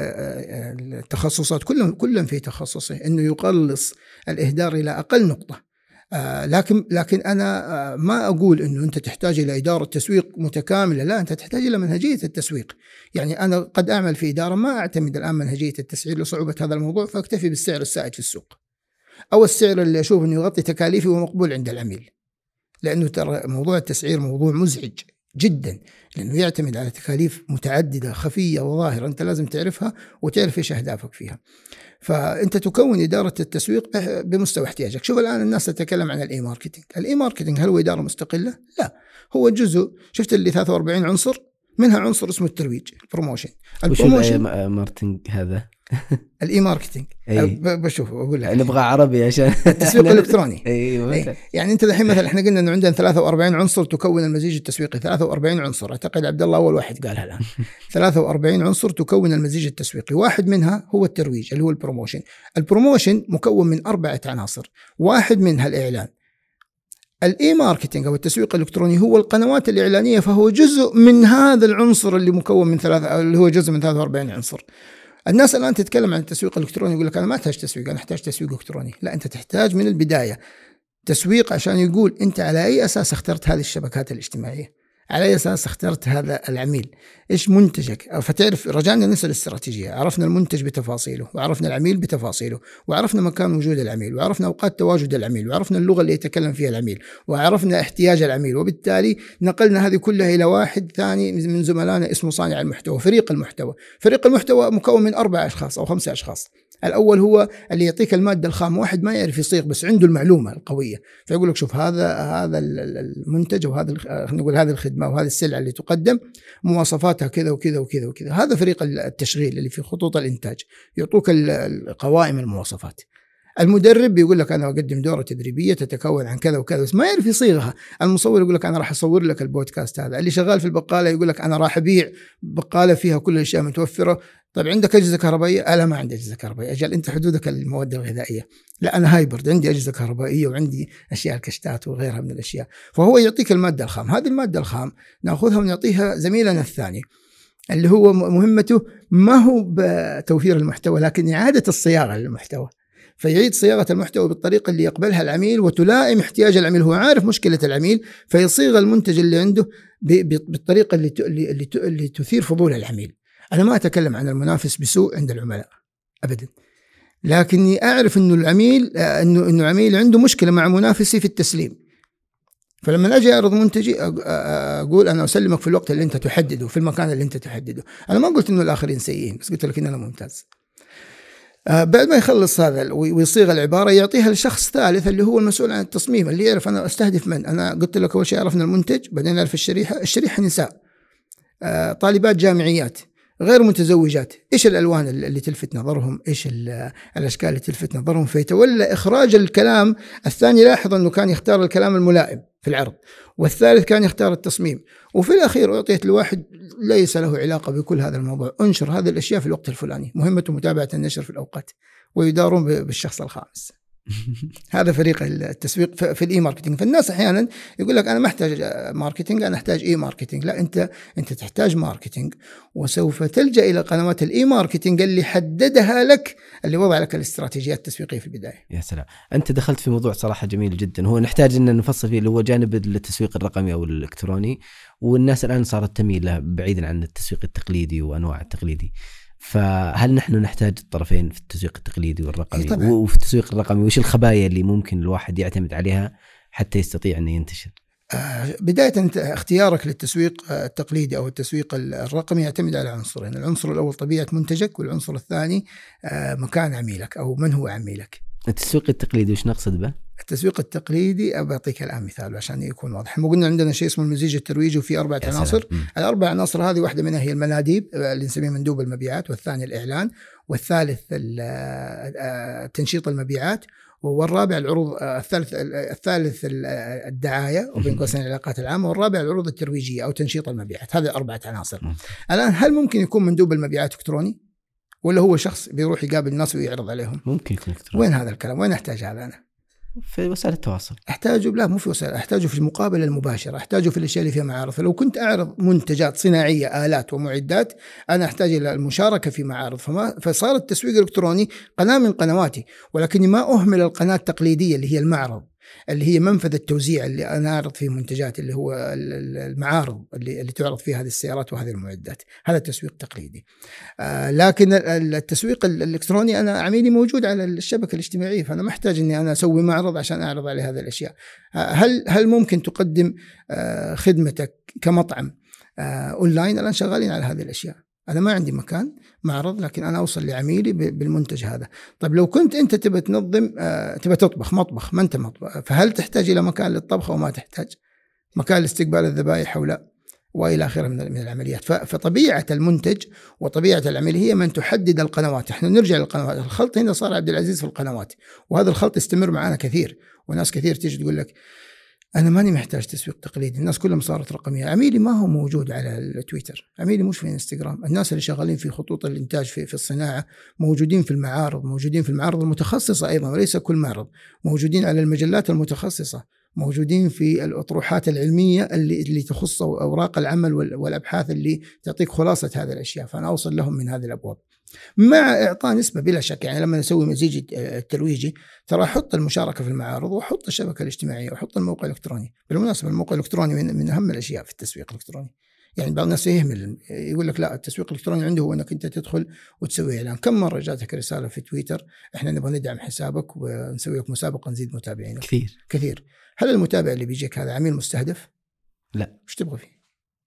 التخصصات، كلهم كلهم في تخصصه إنه يقلص الإهدار إلى أقل نقطة. آه لكن لكن أنا آه ما أقول إنه أنت تحتاج إلى إدارة تسويق متكاملة، لا، أنت تحتاج إلى منهجية التسويق. يعني أنا قد أعمل في إدارة ما أعتمد الآن منهجية التسعير لصعوبة هذا الموضوع، فأكتفي بالسعر السائد في السوق أو السعر اللي أشوف إنه يغطي تكاليفي ومقبول عند العميل. لأنه ترى موضوع التسعير موضوع مزعج جدا، لأنه يعتمد على تكاليف متعددة خفية وظاهرة، أنت لازم تعرفها وتعرف إيش أهدافك فيها. فأنت تكون إدارة التسويق بمستوى احتياجك. شوف الآن الناس تتكلم عن الإي ماركتينج. الإي ماركتينج هل هو إدارة مستقلة؟ لا، هو جزء. شفت اللي ثلاثة وأربعين عنصر، منها عنصر اسمه الترويج، البروموشن. البروموشن ماركتينج هذا الإي ماركتينج. بشوف أقول لك نبغى عربي عشان التسويق الإلكتروني. أيوة. أي. يعني أنت الحين مثلا إحنا قلنا إنه عندنا ثلاثة وأربعين عنصر تكون المزيج التسويقي. ثلاثة وأربعين عنصر، أعتقد عبد الله أول واحد قالها الآن. ثلاثة وأربعين عنصر تكون المزيج التسويقي. واحد منها هو الترويج اللي هو البروموشن. البروموشن مكون من أربعة عناصر، واحد منها الإعلان. الإي ماركتينج أو التسويق الإلكتروني هو القنوات الإعلانية، فهو جزء من هذا العنصر اللي مكون من ثلاثة، اللي هو جزء من ثلاثة وأربعين عنصر. الناس الآن تتكلم عن التسويق الإلكتروني يقول لك أنا ما أحتاج تسويق، أنا أحتاج تسويق إلكتروني. لا، أنت تحتاج من البداية تسويق عشان يقول أنت على أي أساس اخترت هذه الشبكات الاجتماعية، على أي أساس اخترت هذا العميل، إيش منتجك. فتعرف، رجعنا نسأل الاستراتيجية، عرفنا المنتج بتفاصيله، وعرفنا العميل بتفاصيله، وعرفنا مكان وجود العميل، وعرفنا أوقات تواجد العميل، وعرفنا اللغة اللي يتكلم فيها العميل، وعرفنا احتياج العميل. وبالتالي نقلنا هذه كلها إلى واحد ثاني من زملائنا اسمه صانع المحتوى، فريق المحتوى. فريق المحتوى مكون من أربع أشخاص أو خمسة أشخاص. الأول هو اللي يعطيك المادة الخام، واحد ما يعرف يصيغ بس عنده المعلومة القوية، فيقول لك شوف هذا هذا المنتج وهذا نقول هذه الخدمة وهذه السلعة اللي تقدم مواصفاتها كذا وكذا وكذا وكذا. هذا فريق التشغيل اللي في خطوط الإنتاج، يعطوك القوائم المواصفات. المدرب بيقول لك أنا أقدم دورة تدريبية تتكون عن كذا وكذا، بس ما يعرف يصيغها. المصور يقول لك أنا راح أصور لك البودكاست هذا. اللي شغال في البقالة يقول لك أنا راح أبيع بقالة فيها كل الأشياء متوفرة. طيب عندك أجهزة كهربائية؟ أنا ما عندي أجهزة كهربائية. أجل أنت حدودك المواد الغذائية. لا، أنا هايبرد، عندي أجهزة كهربائية وعندي أشياء الكشتات وغيرها من الأشياء. فهو يعطيك المادة الخام. هذه المادة الخام نأخذها ونعطيها زميلنا الثاني اللي هو مهمته ما هو بتوفير المحتوى لكن إعادة الصياغة للمحتوى. فيعيد صياغة المحتوى بالطريقة اللي يقبلها العميل وتلائم احتياج العميل. هو عارف مشكلة العميل فيصيغ المنتج اللي عنده بالطريقة اللي اللي اللي تثير فضول العميل. أنا ما أتكلم عن المنافس بسوء عند العملاء أبدا، لكني أعرف إنه العميل إنه إنه عميل عنده مشكلة مع منافسي في التسليم. فلما أجي أعرض منتجي أقول أنا أسلمك في الوقت اللي أنت تحدده، في المكان اللي أنت تحدده. أنا ما قلت إنه الآخرين سيئين، بس قلت لك إن أنا ممتاز. آه بعد ما يخلص هذا ويصيغ العبارة يعطيها لشخص ثالث اللي هو المسؤول عن التصميم، اللي يعرف أنا أستهدف من. أنا قلت لك أول شيء عرفنا المنتج، بعدين نعرف الشريحة. الشريحة نساء، آه طالبات جامعيات، غير متزوجات. إيش الألوان اللي تلفت نظرهم، إيش الأشكال اللي تلفت نظرهم، فيتولى إخراج الكلام. الثاني لاحظ أنه كان يختار الكلام الملائم في العرض، والثالث كان يختار التصميم، وفي الأخير أعطيت لواحد ليس له علاقة بكل هذا الموضوع. انشر هذه الأشياء في الوقت الفلاني، مهمته متابعة النشر في الأوقات، ويدارون بالشخص الخامس. هذا فريق التسويق في الإي ماركتينج. فالناس أحيانا يقول لك أنا ما أحتاج ماركتينج، أنا أحتاج إي ماركتينج. لا، أنت أنت تحتاج ماركتينج، وسوف تلجأ إلى قنوات الإي ماركتينج اللي حددها لك، اللي وضع لك الاستراتيجيات التسويقية في البداية. يا سلام، أنت دخلت في موضوع صراحة جميل جدا، هو نحتاج أن نفصل فيه، اللي هو جانب التسويق الرقمي أو الإلكتروني. والناس الآن صارت تميل له بعيدا عن التسويق التقليدي وأنواع التقليدي. فهل نحن نحتاج الطرفين في التسويق التقليدي والرقمي؟ وفي التسويق الرقمي وش الخبايا اللي ممكن الواحد يعتمد عليها حتى يستطيع أن ينتشر؟ آه بداية انت اختيارك للتسويق التقليدي أو التسويق الرقمي يعتمد على عنصرين. العنصر الأول طبيعة منتجك، والعنصر الثاني آه مكان عميلك أو من هو عميلك. التسويق التقليدي وش نقصد به؟ التسويق التقليدي أعطيك الآن مثال عشان يكون واضح. ما قلنا عندنا شيء اسمه المزيج الترويجي وفي أربعة عناصر. الأربع عناصر هذه واحدة منها هي المناديب اللي نسميه مندوب المبيعات، والثاني الإعلان، والثالث تنشيط المبيعات، والرابع العروض، الثالث الثالث الدعاية وبين قوسين العلاقات العامة، والرابع العروض الترويجية أو تنشيط المبيعات. هذه أربعة عناصر. الآن هل ممكن يكون مندوب المبيعات إلكتروني ولا هو شخص بيروح يقابل الناس ويعرض عليهم؟ ممكن يكون إلكتروني. وين هذا الكلام؟ وين أحتاج هذا أنا؟ في وسائل التواصل. أحتاجه لا مو في وسائل، أحتاجه في المقابلة المباشرة، أحتاجه في الأشياء اللي فيها معارض. فلو كنت أعرض منتجات صناعية آلات ومعدات أنا أحتاج إلى المشاركة في معارض، فما فصار التسويق الإلكتروني قناة من قنواتي، ولكني ما أهمل القناة التقليدية اللي هي المعرض، اللي هي منفذ التوزيع اللي أنا أعرض فيه منتجات، اللي هو المعارض اللي, اللي تعرض فيها هذه السيارات وهذه المعدات. هذا التسويق التقليدي. آه لكن التسويق الإلكتروني أنا عميلي موجود على الشبكة الاجتماعية، فأنا محتاج أني أنا أسوي معرض عشان أعرض عليه هذه الأشياء. آه هل هل ممكن تقدم آه خدمتك كمطعم آه أونلاين؟ الآن شغالين على هذه الأشياء. أنا ما عندي مكان معرض لكن أنا أوصل لعميلي بالمنتج هذا. طيب لو كنت أنت تبى تنظم آه، تبى تطبخ مطبخ، ما أنت مطبخ، فهل تحتاج إلى مكان للطبخ أو ما تحتاج؟ مكان لاستقبال الذبائح أو لا؟ وإلى آخره من من العمليات. فطبيعة المنتج وطبيعة العمل هي من تحدد القنوات. إحنا نرجع للقنوات. الخلط هنا صار عبد العزيز في القنوات، وهذا الخلط يستمر معنا كثير، وناس كثير تيجي تقول لك أنا ماني محتاج تسويق تقليدي، الناس كلهم صارت رقمية. عميلي ما هو موجود على التويتر، عميلي مش في انستغرام. الناس اللي شغالين في خطوط الإنتاج في, في الصناعة موجودين في المعارض، موجودين في المعارض المتخصصة أيضا وليس كل معرض، موجودين على المجلات المتخصصة، موجودين في الأطروحات العلمية اللي, اللي تخص أوراق العمل والأبحاث اللي تعطيك خلاصة هذه الأشياء، فأنا أوصل لهم من هذه الأبواب مع إعطاء نسبة بلا شك. يعني لما نسوي مزيج الترويجي ترى أحط المشاركة في المعارض وأحط الشبكة الاجتماعية وأحط الموقع الإلكتروني. بالمناسبة الموقع الإلكتروني من, من أهم الأشياء في التسويق الإلكتروني. يعني بعض الناس يهمل يقول لك لا، التسويق الإلكتروني عنده هو أنك أنت تدخل وتسوي إعلان. كم مرة جاتك رسالة في تويتر إحنا نبغى ندعم حسابك ونسوي لك مسابقة نزيد متابعين؟ كثير كثير. هل المتابع اللي بيجيك هذا عميل مستهدف؟ لا. وش تبغى فيه؟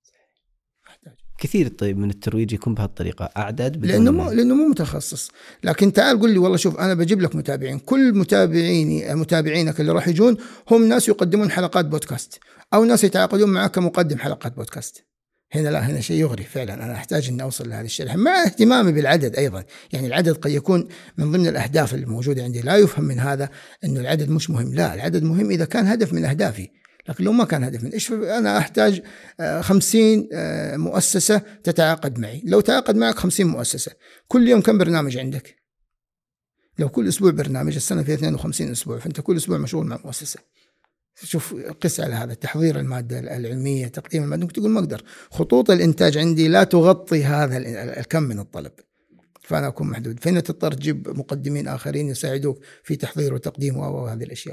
كثير. طيب من الترويج يكون بهالطريقة أعداد لأنه مو لأنه مو متخصص. لكن تعال قل لي والله شوف أنا بجيب لك متابعين، كل متابعيني متابعينك اللي راح يجون هم ناس يقدمون حلقات بودكاست أو ناس يتعاقدون معك كمقدم حلقات بودكاست. هنا لا، هنا شيء يغري فعلا. أنا أحتاج أن أوصل لهذه الشريحة مع اهتمامي بالعدد أيضا. يعني العدد قد يكون من ضمن الأهداف الموجودة عندي، لا يفهم من هذا أنه العدد مش مهم، لا، العدد مهم إذا كان هدف من أهدافي. لكن لو ما كان هدف من إيش، أنا أحتاج خمسين مؤسسة تتعاقد معي. لو تعاقد معك خمسين مؤسسة كل يوم كم برنامج عندك؟ لو كل أسبوع برنامج، السنة فيها اثنين وخمسين أسبوع، فأنت كل أسبوع مشغول مع مؤسسة. شوف قس على هذا، تحضير المادة العلمية، تقديم المادة. ممكن تقول ما أقدر، خطوط الإنتاج عندي لا تغطي هذا الكم من الطلب، فأنا أكون محدود. فإن تضطر تجيب مقدمين آخرين يساعدوك في تحضير وتقديم وهذه الأشياء.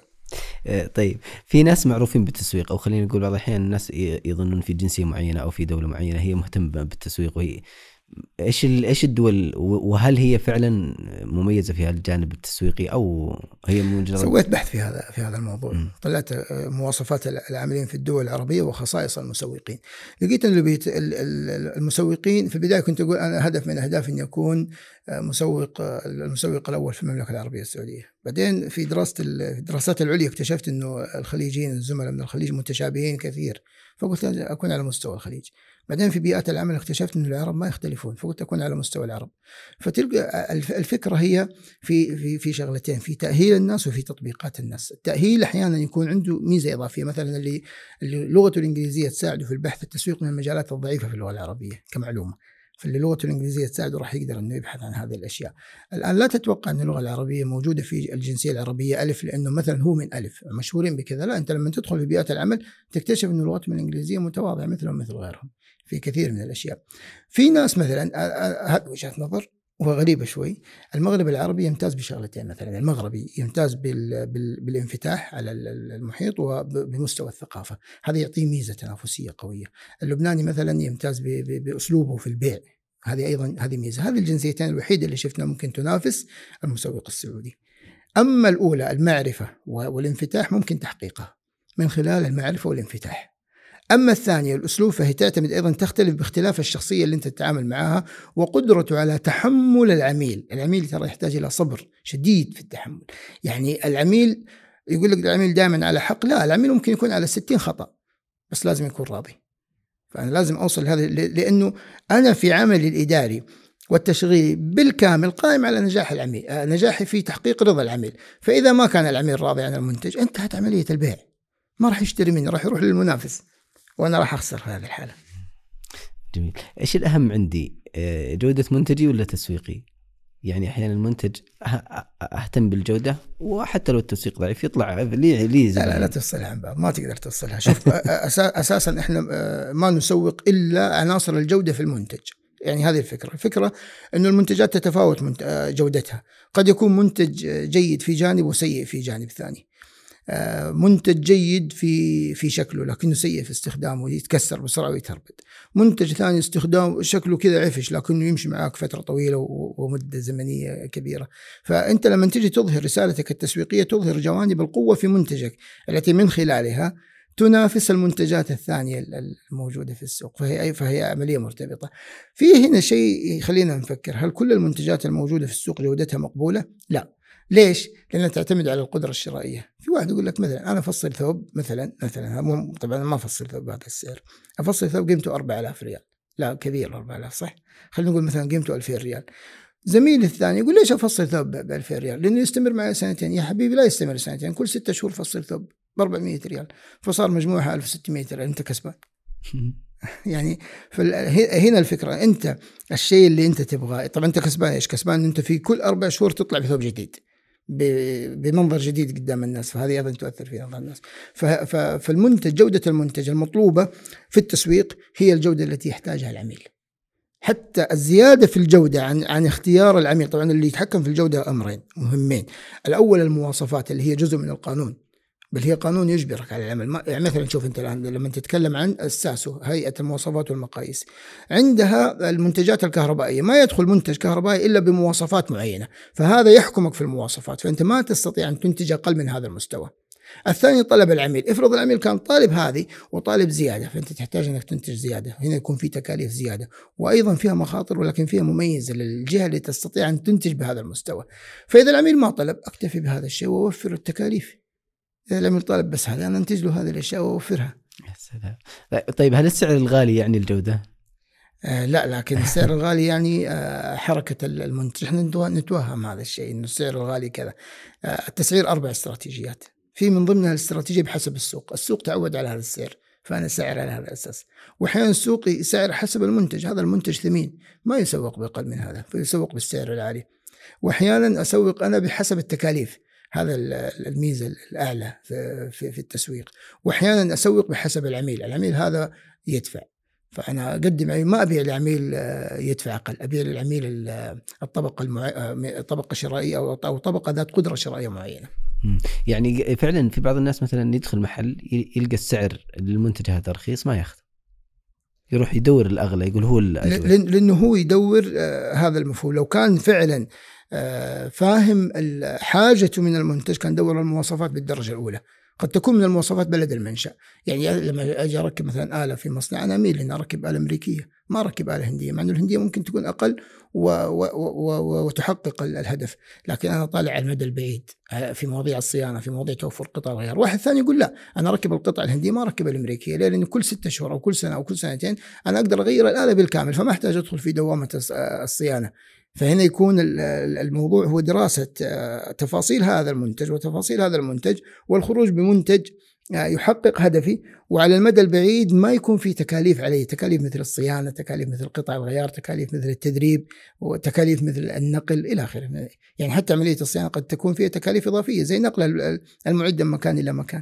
طيب في ناس معروفين بالتسويق، أو خلينا نقول بعض الأحيان الناس يظنون في جنسية معينة أو في دولة معينة هي مهتمة بالتسويق، وهي إيش إيش الدول، وهل هي فعلا مميزة في هذا الجانب التسويقي أو هي مجرد؟ سويت بحث في هذا في هذا الموضوع. م. طلعت مواصفات العاملين في الدول العربية وخصائص المسوقين. لقيت أن المسوقين في البداية كنت أقول أنا هدف من أهدافي أن يكون مسوق المسوق الأول في المملكة العربية السعودية. بعدين في دراسة الدراسات العليا اكتشفت أنه الخليجيين الزملاء من الخليج متشابهين كثير، فقلت أكون على مستوى الخليج. بعدين في بيئات العمل اكتشفت أن العرب ما يختلفون، فقلت أكون على مستوى العرب. فتلقى الفكرة هي في في في شغلتين، في تأهيل الناس وفي تطبيقات الناس. التأهيل أحيانا يكون عنده ميزة إضافية، مثلا اللي اللغة الإنجليزية تساعده في البحث التسويق من المجالات الضعيفة في اللغة العربية كمعلومة، فاللي لغته الإنجليزية تساعده راح يقدر إنه يبحث عن هذه الأشياء. الآن لا تتوقع أن اللغة العربية موجودة في الجنسية العربية ألف لأنه مثلا هو من ألف مشهورين بكذا، لا، أنت لما تدخل في بيئات العمل تكتشف أن لغتهم الإنجليزية متواضعة مثلهم مثل غيرهم في كثير من الأشياء. في ناس مثلا هذه وجهة نظر وغريبة شوي، المغرب العربي يمتاز بشغلتين. مثلا المغربي يمتاز بال بال بالانفتاح على المحيط وبمستوى الثقافة، هذا يعطيه ميزة تنافسية قوية. اللبناني مثلا يمتاز بأسلوبه في البيع، هذه أيضا هذه ميزة. هذه الجنسيتين الوحيدة اللي شفنا ممكن تنافس المسوق السعودي. أما الأولى المعرفة والانفتاح ممكن تحقيقها من خلال المعرفة والانفتاح. أما الثانية الأسلوب فهي تعتمد أيضا، تختلف باختلاف الشخصية اللي أنت تتعامل معها وقدرته على تحمل العميل. العميل ترى يحتاج إلى صبر شديد في التحمل. يعني العميل يقول لك العميل دائما على حق، لا، العميل ممكن يكون على ستين خطأ بس لازم يكون راضي. فأنا لازم أوصل هذا، لأنه أنا في عملي الإداري والتشغيلي بالكامل قائم على نجاح العميل، نجاحي في تحقيق رضا العميل. فإذا ما كان العميل راضي عن المنتج انتهت عملية البيع، ما راح يشتري مني، راح يروح للمنافس وأنا راح أخسر في هذه الحالة. جميل. إيش الأهم عندي، جودة منتجي ولا تسويقي؟ يعني أحيانا المنتج أهتم بالجودة وحتى لو التسويق ضعيف يطلع لي لي لا, لا لا تفصلها عن بعض، ما تقدر تفصلها. شوف أساسا إحنا ما نسوق إلا عناصر الجودة في المنتج. يعني هذه الفكرة الفكرة أنه المنتجات تتفاوت جودتها، قد يكون منتج جيد في جانب وسيء في جانب ثاني. منتج جيد في في شكله لكنه سيء في استخدامه، يتكسر بسرعة ويتهربد. منتج ثاني استخدام شكله كذا عفش لكنه يمشي معك فترة طويلة ومدة زمنية كبيرة. فأنت لما تيجي تظهر رسالتك التسويقية تظهر جوانب القوة في منتجك التي من خلالها تنافس المنتجات الثانية الموجودة في السوق، فهي فهي عملية مرتبطة. في هنا شيء يخلينا نفكر، هل كل المنتجات الموجودة في السوق جودتها مقبولة؟ لا. ليش؟ لأنها تعتمد على القدرة الشرائية. في واحد يقول لك مثلا أنا أفصل ثوب مثلا مثلا طبعا ما أفصل ثوب بهذا السعر، أفصل ثوب قيمته أربعة آلاف ريال، لا كبير أربعة آلاف صح، خلينا نقول مثلا قيمته ألفين ريال. زميل الثاني يقول ليش أفصل ثوب ب ألفين ريال؟ لأنه يستمر معي سنتين. يا حبيبي لا يستمر سنتين، كل ستة شهور فصل ثوب ب أربعمائة ريال، فصار مجموعها ألف وستمائة ريال، أنت كسبان. يعني هنا الفكرة، أنت الشيء اللي أنت تبغاه، طبعا أنت كسبان إيش؟ كسبان أنت في كل أربع شهور تطلع بثوب جديد بمنظر جديد قدام الناس، فهذه أيضا تؤثر في نظر الناس. فالمنتج، جودة المنتج المطلوبة في التسويق هي الجودة التي يحتاجها العميل. حتى الزيادة في الجودة عن عن اختيار العميل، طبعا اللي يتحكم في الجودة أمرين مهمين. الأول المواصفات اللي هي جزء من القانون، بل هي قانون يجبرك على العمل. يعني مثلا شوف أنت الآن لما تتكلم عن الساسو، هيئة المواصفات والمقاييس، عندها المنتجات الكهربائية ما يدخل منتج كهربائي إلا بمواصفات معينة، فهذا يحكمك في المواصفات، فأنت ما تستطيع أن تنتج أقل من هذا المستوى. الثاني طلب العميل، افرض العميل كان طالب هذه وطالب زيادة، فأنت تحتاج أنك تنتج زيادة، هنا يكون في تكاليف زيادة وأيضا فيها مخاطر، ولكن فيها مميزة للجهة اللي تستطيع أن تنتج بهذا المستوى. فإذا العميل ما طلب أكتفي بهذا الشيء وأوفر التكاليف. إذا العميل طالب بس هذا أنا أنتج له هذه الأشياء وأوفرها. طيب هل السعر الغالي يعني الجودة؟ آه لا، لكن السعر الغالي يعني آه حركة المنتج. احنا نتوهم هذا الشيء إنه السعر الغالي كذا. آه التسعير أربع استراتيجيات، في من ضمنها الاستراتيجية بحسب السوق. السوق تعود على هذا السعر فأنا سعر على هذا الأساس. وأحيانا السوق سعر حسب المنتج، هذا المنتج ثمين ما يسوق بأقل من هذا فيسوق بالسعر العالي. وأحيانا أسوق أنا بحسب التكاليف، هذا الميزة الأعلى في, في, في التسويق. وأحيانا أسوق بحسب العميل، العميل هذا يدفع فأنا أقدم عميل، ما أبيع العميل يدفع أقل، أبيع العميل الطبقة المع... الطبقة الشرائية أو أو طبقة ذات قدرة شرائية معينة. يعني فعلا في بعض الناس مثلا يدخل محل يلقى السعر للمنتج هذا رخيص ما ياخذ، يروح يدور الأغلى، يقول هو الأجود، لأنه هو يدور هذا المفهوم. لو كان فعلا فاهم حاجته من المنتج كان دور المواصفات بالدرجة الأولى. قد تكون من المواصفات بلد المنشأ، يعني لما أجي أركب مثلا آلة في مصنع أنا أميل أن أركب آلة أمريكية ما أركب آلة هندية، مع أن الهندية ممكن تكون أقل و و و وتحقق الهدف، لكن أنا طالع على المدى البعيد في مواضيع الصيانة، في مواضيع توفر قطع الغيار. واحد ثاني يقول لا أنا أركب القطع الهندية ما أركب الأمريكية، لأن كل ستة شهور أو كل سنة أو كل سنتين أنا أقدر أغير الآلة بالكامل فما أحتاج أدخل في دوامة الصيانة. فهنا يكون الموضوع هو دراسة تفاصيل هذا المنتج وتفاصيل هذا المنتج والخروج بمنتج يحقق هدفي، وعلى المدى البعيد ما يكون في تكاليف عليه، تكاليف مثل الصيانة، تكاليف مثل قطع الغيار، تكاليف مثل التدريب، وتكاليف مثل النقل إلى آخره. يعني حتى عملية الصيانة قد تكون فيها تكاليف إضافية زي نقل المعدة من مكان إلى مكان.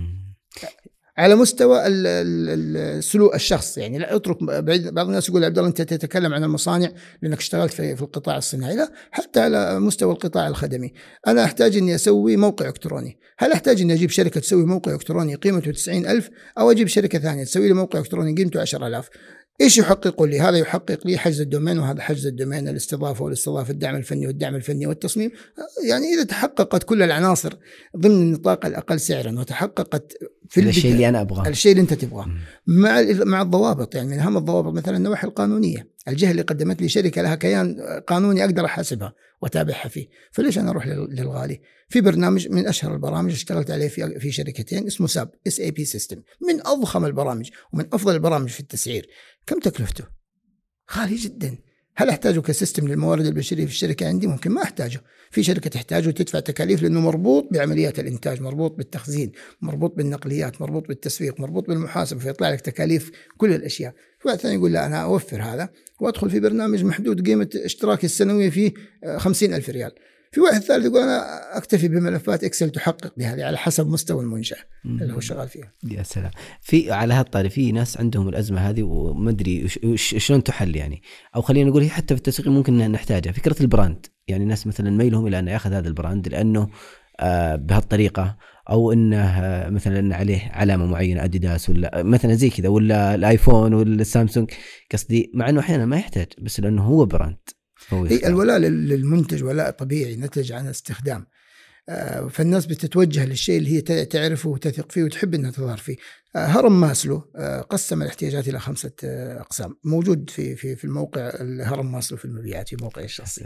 على مستوى السلوك الشخص، يعني لا اترك بعيد. بعض الناس يقول عبد الله انت تتكلم عن المصانع لانك اشتغلت في في القطاع الصناعي، لا، حتى على مستوى القطاع الخدمي انا احتاج اني اسوي موقع الكتروني. هل احتاج اني اجيب شركه تسوي موقع الكتروني قيمته تسعين ألف او اجيب شركه ثانيه تسوي لي موقع الكتروني قيمته عشرة آلاف؟ ايش يحقق لي؟ هذا يحقق لي حجز الدومين، وهذا حجز الدومين، الاستضافه والاستضافه، الدعم الفني والدعم الفني والتصميم. يعني اذا تحققت كل العناصر ضمن النطاق الاقل سعرا وتحققت في الشيء اللي انا ابغاه، الشيء اللي انت تبغاه مع مع الضوابط. يعني من اهم الضوابط مثلا النواحي القانونيه، الجهه اللي قدمت لي شركه لها كيان قانوني اقدر احاسبها وأتابعها فيه. فليش أنا أروح للغالي؟ في برنامج من أشهر البرامج اشتغلت عليه في في شركتين اسمه ساب اس اي بي سيستم، من أضخم البرامج ومن أفضل البرامج في التسعير. كم تكلفته؟ غالي جدا. هل أحتاجه كسيستم للموارد البشرية في الشركة عندي؟ ممكن ما أحتاجه. في شركة تحتاجه وتدفع تكاليف لأنه مربوط بعمليات الإنتاج، مربوط بالتخزين، مربوط بالنقليات، مربوط بالتسويق، مربوط بالمحاسبة، فيطلع لك تكاليف كل الأشياء. فواحد ثاني يقول لا أنا أوفر هذا وأدخل في برنامج محدود قيمة اشتراكي السنوية فيه خمسين ألف ريال. في واحد ثالث يقول أنا أكتفي بملفات إكسل تحقق بهذه على حسب مستوى المنشأة اللي هو شغال فيها. يا سلام. في على هالطاري في ناس عندهم الأزمة هذه وما أدري شلون تحل يعني، أو خلينا نقول هي حتى في التسويق ممكن نحتاجها، فكرة البراند. يعني الناس مثلا ميلهم إلى أن يأخذ هذا البراند لأنه آه بهالطريقة، أو إنه آه مثلا إن عليه علامة معينة أديداس ولا مثلا زي كذا، ولا الآيفون ولا السامسونج. قصدي مع إنه أحيانا ما يحتاج، بس لأنه هو براند. هي الولاء للمنتج ولاء طبيعي نتج عن استخدام، فالناس بتتوجه للشيء اللي هي تعرفه وتثق فيه وتحب أنها تظهر فيه. هرم ماسلو قسم الاحتياجات إلى خمسة أقسام، موجود في في في الموقع هرم ماسلو في المبيعات في موقع الشخصي.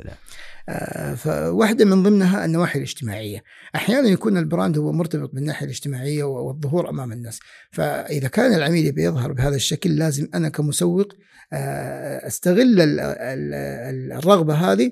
فواحدة من ضمنها النواحي الاجتماعية. أحيانا يكون البراند هو مرتبط بالناحية الاجتماعية والظهور أمام الناس، فإذا كان العميل بيظهر بهذا الشكل لازم أنا كمسوق استغل الرغبة هذه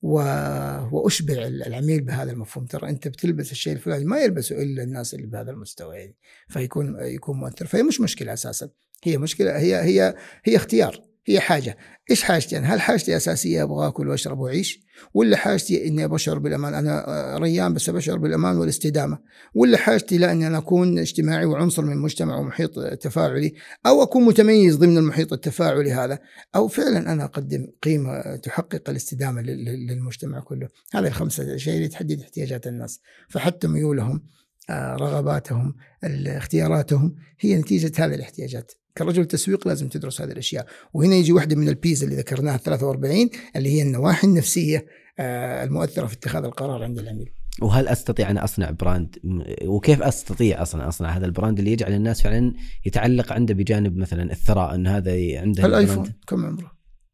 وأشبع العميل بهذا المفهوم. ترى أنت بتلبس الشيء الفلاني ما يلبسه إلا الناس اللي بهذا المستوى يعني، فيكون يكون مؤثر. فهي مش مشكلة أساسا، هي مشكلة هي هي هي اختيار، هي حاجة. إيش حاجتي أنا؟ هل حاجتي أساسية أبغى أكل وأشرب وأعيش، ولا حاجتي إني بشعر بالأمان؟ أنا ريان بس بشعر بالأمان والاستدامة، ولا حاجتي لا إني أنا أكون اجتماعي وعنصر من مجتمع ومحيط تفاعلي، أو أكون متميز ضمن المحيط التفاعلي هذا، أو فعلا أنا أقدم قيمة تحقق الاستدامة للمجتمع كله. هذه الخمسة شيء اللي تحدد احتياجات الناس. فحتى ميولهم، رغباتهم، اختياراتهم هي نتيجة هذه الاحتياجات. كرجل تسويق لازم تدرس هذه الأشياء. وهنا يجي واحدة من البيز اللي ذكرناها ثلاثة وأربعين اللي هي النواحي النفسية المؤثرة في اتخاذ القرار عند العميل. وهل أستطيع أن أصنع براند؟ وكيف أستطيع أصلا أصنع هذا البراند اللي يجعل الناس فعلا يتعلق عنده بجانب مثلا الثراء، أن هذا عنده الآيفون كم عمره؟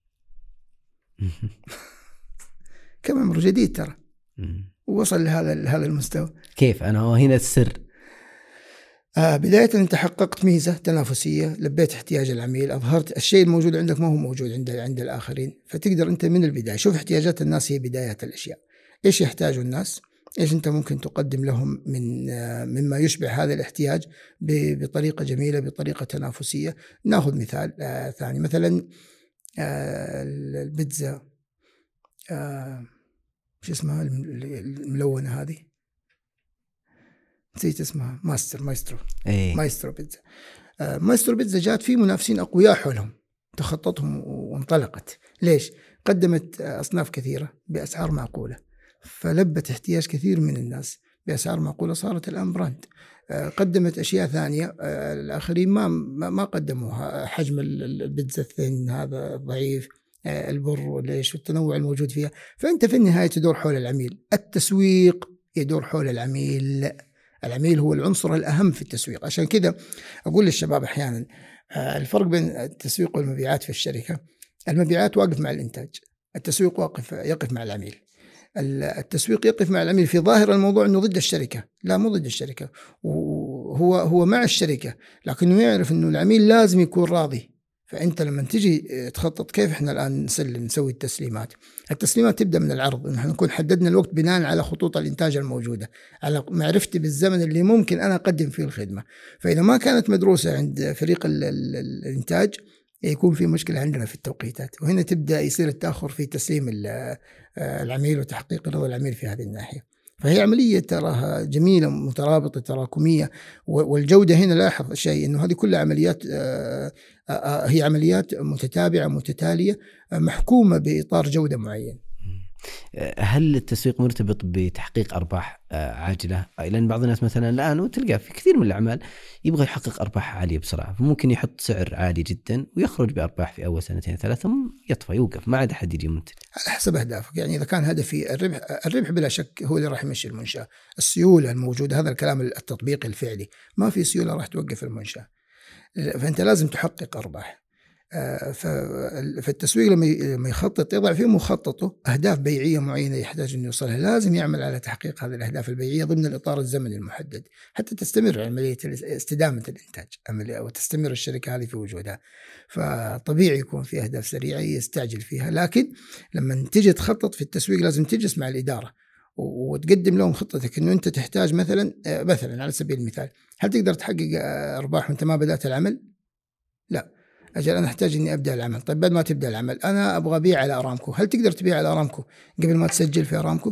كم عمره؟ جديد ترى ووصل لهذا هذا المستوى. كيف أنا هنا السر؟ آه بداية أنت حققت ميزة تنافسية، لبيت احتياج العميل، أظهرت الشيء الموجود عندك ما هو موجود عند عند الآخرين، فتقدر أنت من البداية شوف احتياجات الناس هي بدايات الأشياء. إيش يحتاجوا الناس؟ إيش أنت ممكن تقدم لهم من آه مما يشبع هذا الاحتياج بطريقة جميلة، بطريقة تنافسية. نأخذ مثال آه ثاني، مثلا آه البيتزا آه شو اسمها الملونة هذه، نسيت اسمها، ماستر مايسترو أيه. مايسترو بيتزا. آه مايسترو بيتزا جات في منافسين أقوياء حولهم، تخططهم وانطلقت. ليش؟ قدمت أصناف كثيرة بأسعار معقولة، فلبت احتياج كثير من الناس بأسعار معقولة، صارت الآن براند. آه قدمت أشياء ثانية آه الآخرين ما ما قدموها، حجم البيتزا الثين هذا ضعيف، آه البر وليش والتنوع الموجود فيها. فأنت في النهاية تدور حول العميل. التسويق يدور حول العميل. العميل هو العنصر الأهم في التسويق. عشان كده أقول للشباب أحيانا الفرق بين التسويق والمبيعات في الشركة، المبيعات واقف مع الإنتاج، التسويق واقف يقف مع العميل. التسويق يقف مع العميل في ظاهر الموضوع أنه ضد الشركة، لا مو ضد الشركة، وهو هو مع الشركة، لكنه يعرف أنه العميل لازم يكون راضي. فأنت لما تجي تخطط كيف إحنا الآن نسلم نسوي التسليمات، التسليمات تبدأ من العرض، نحن نكون حددنا الوقت بناء على خطوط الإنتاج الموجودة، على معرفتي بالزمن اللي ممكن أنا أقدم فيه الخدمة. فإذا ما كانت مدروسة عند فريق ال ال الإنتاج يكون في مشكلة عندنا في التوقيتات، وهنا تبدأ يصير التأخر في تسليم العميل وتحقيق رضا العميل في هذه الناحية. فهي عملية تراها جميلة مترابطة تراكمية. والجودة هنا لاحظ شيء أنه هذه كلها عمليات هي عمليات متتابعة متتالية محكومة بإطار جودة معين. هل التسويق مرتبط بتحقيق أرباح عاجلة؟ لأن بعض الناس مثلا الآن وتلقى في كثير من الأعمال يبغى يحقق أرباح عالية بسرعة، فممكن يحط سعر عالي جدا ويخرج بأرباح في أول سنتين ثلاثة ثم يطفى يوقف، ما عاد أحد يجي منتج. على حسب أهدافك. يعني إذا كان هدفي الربح، الربح بلا شك هو اللي راح يمشي المنشأة. السيولة الموجودة، هذا الكلام التطبيقي الفعلي، ما في سيولة راح توقف المنشأة، فأنت لازم تحقق أرباح. في التسويق لما يخطط يضع في مخططه أهداف بيعية معينة يحتاج أن يوصلها، لازم يعمل على تحقيق هذه الأهداف البيعية ضمن الإطار الزمني المحدد حتى تستمر عملية استدامة الإنتاج وتستمر الشركة هذه في وجودها. فطبيعي يكون في أهداف سريعة يستعجل فيها، لكن لما تيجي تخطط في التسويق لازم تجلس مع الإدارة وتقدم لهم خطتك إنه أنت تحتاج مثلا مثلا على سبيل المثال، هل تقدر تحقق أرباح وأنت ما بدأت العمل؟ لا. أجل أنا أحتاج إني أبدأ العمل. طيب بعد ما تبدأ العمل أنا أبغى أبيع على أرامكو، هل تقدر تبيع على أرامكو قبل ما تسجل في أرامكو؟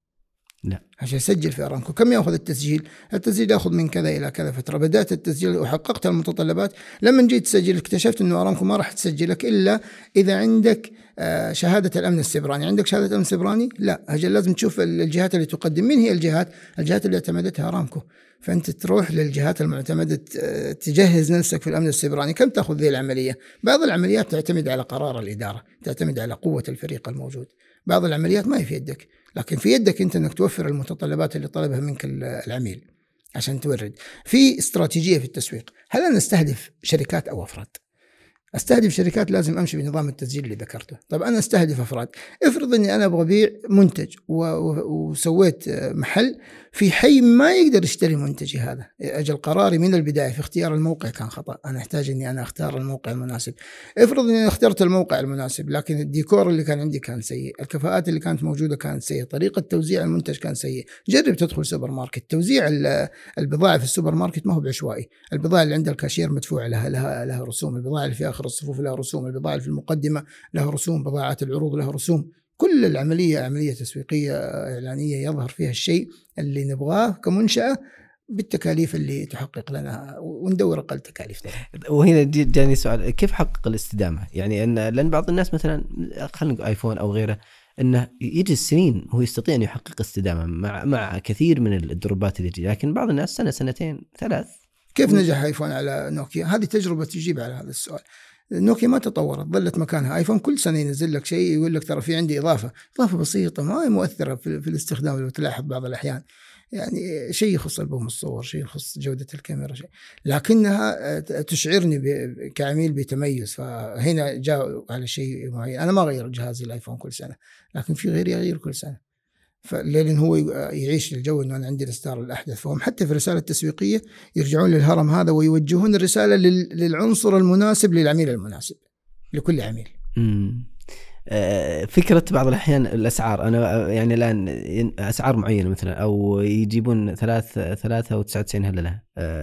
لا. عشان أسجل في أرامكو كم يأخذ التسجيل؟ التسجيل يأخذ من كذا إلى كذا فترة. بدأت التسجيل وحققت المتطلبات، لما جيت تسجل اكتشفت إنه أرامكو ما راح تسجلك إلا إذا عندك شهادة الأمن السيبراني. عندك شهادة الأمن السيبراني؟ لا. أجل لازم تشوف الجهات اللي تقدم. من هي الجهات؟ الجهات اللي اعتمدتها أرامكو. فأنت تروح للجهات المعتمدة تجهز نفسك في الأمن السيبراني. كم تأخذ ذي العملية؟ بعض العمليات تعتمد على قرار الإدارة، تعتمد على قوة الفريق الموجود. بعض العمليات ما هي في يدك، لكن في يدك أنت أنك توفر المتطلبات اللي طلبها منك العميل عشان تورد. في استراتيجية في التسويق. هل أنا أستهدف شركات أو أفراد؟ أستهدف شركات لازم أمشي بنظام التسجيل اللي ذكرته. طب أنا أستهدف أفراد. افرض أني أنا أبغى أبيع منتج وسويت محل في حي ما يقدر يشتري منتجي هذا. أجل قراري من البداية في اختيار الموقع كان خطأ. أنا أحتاج أني أنا أختار الموقع المناسب. افرض أني أنا اخترت الموقع المناسب لكن الديكور اللي كان عندي كان سيء، الكفاءات اللي كانت موجودة كانت سيئة، طريقة توزيع المنتج كان سيء. جرب تدخل سوبر ماركت، توزيع البضائع في السوبر ماركت ما هو بعشوائي. البضائع اللي عند الكاشير مدفوع لها لها لها رسوم، البضائع اللي في آخر الصفوف لها رسوم، البضائع اللي في المقدمة لها رسوم، بضاعات العروض لها رسوم. كل العملية عملية تسويقية إعلانية يظهر فيها الشيء اللي نبغاه كمنشأة بالتكاليف اللي تحقق لنا، وندور أقل تكاليف طبعا. وهنا جاني سؤال، كيف حقق الاستدامة؟ يعني أن لأن بعض الناس مثلا خلينا نقول آيفون أو غيره أنه يجلس سنين هو يستطيع أن يحقق استدامة مع مع كثير من الدروبات اللي تجي، لكن بعض الناس سنة سنتين ثلاث. كيف نجح آيفون على نوكيا؟ هذه تجربة تجيب على هذا السؤال. نوكيا ما تطورت، ظلت مكانها. آيفون كل سنة ينزل لك شيء يقول لك ترى في عندي إضافة إضافة بسيطة ما هي مؤثرة في, في الاستخدام. لو تلاحظ بعض الأحيان يعني شيء يخص ألبوم الصور، شيء يخص جودة الكاميرا، شيء لكنها تشعرني كعميل بتميز. فهنا جاء على شيء معين. أنا ما غير جهازي الآيفون كل سنة، لكن في غيري يغير كل سنة. فلأن هو يعيش الجو إنه أنا عندي الإصدار الأحدث. فهم حتى في رسالة تسويقية يرجعون للهرم هذا ويوجهون الرسالة للعنصر المناسب للعميل المناسب لكل عميل. امم فكرة بعض الأحيان الأسعار. أنا يعني الآن أسعار معينة مثلا أو يجيبون ثلاث ثلاثة وتسعة وتسعين هللة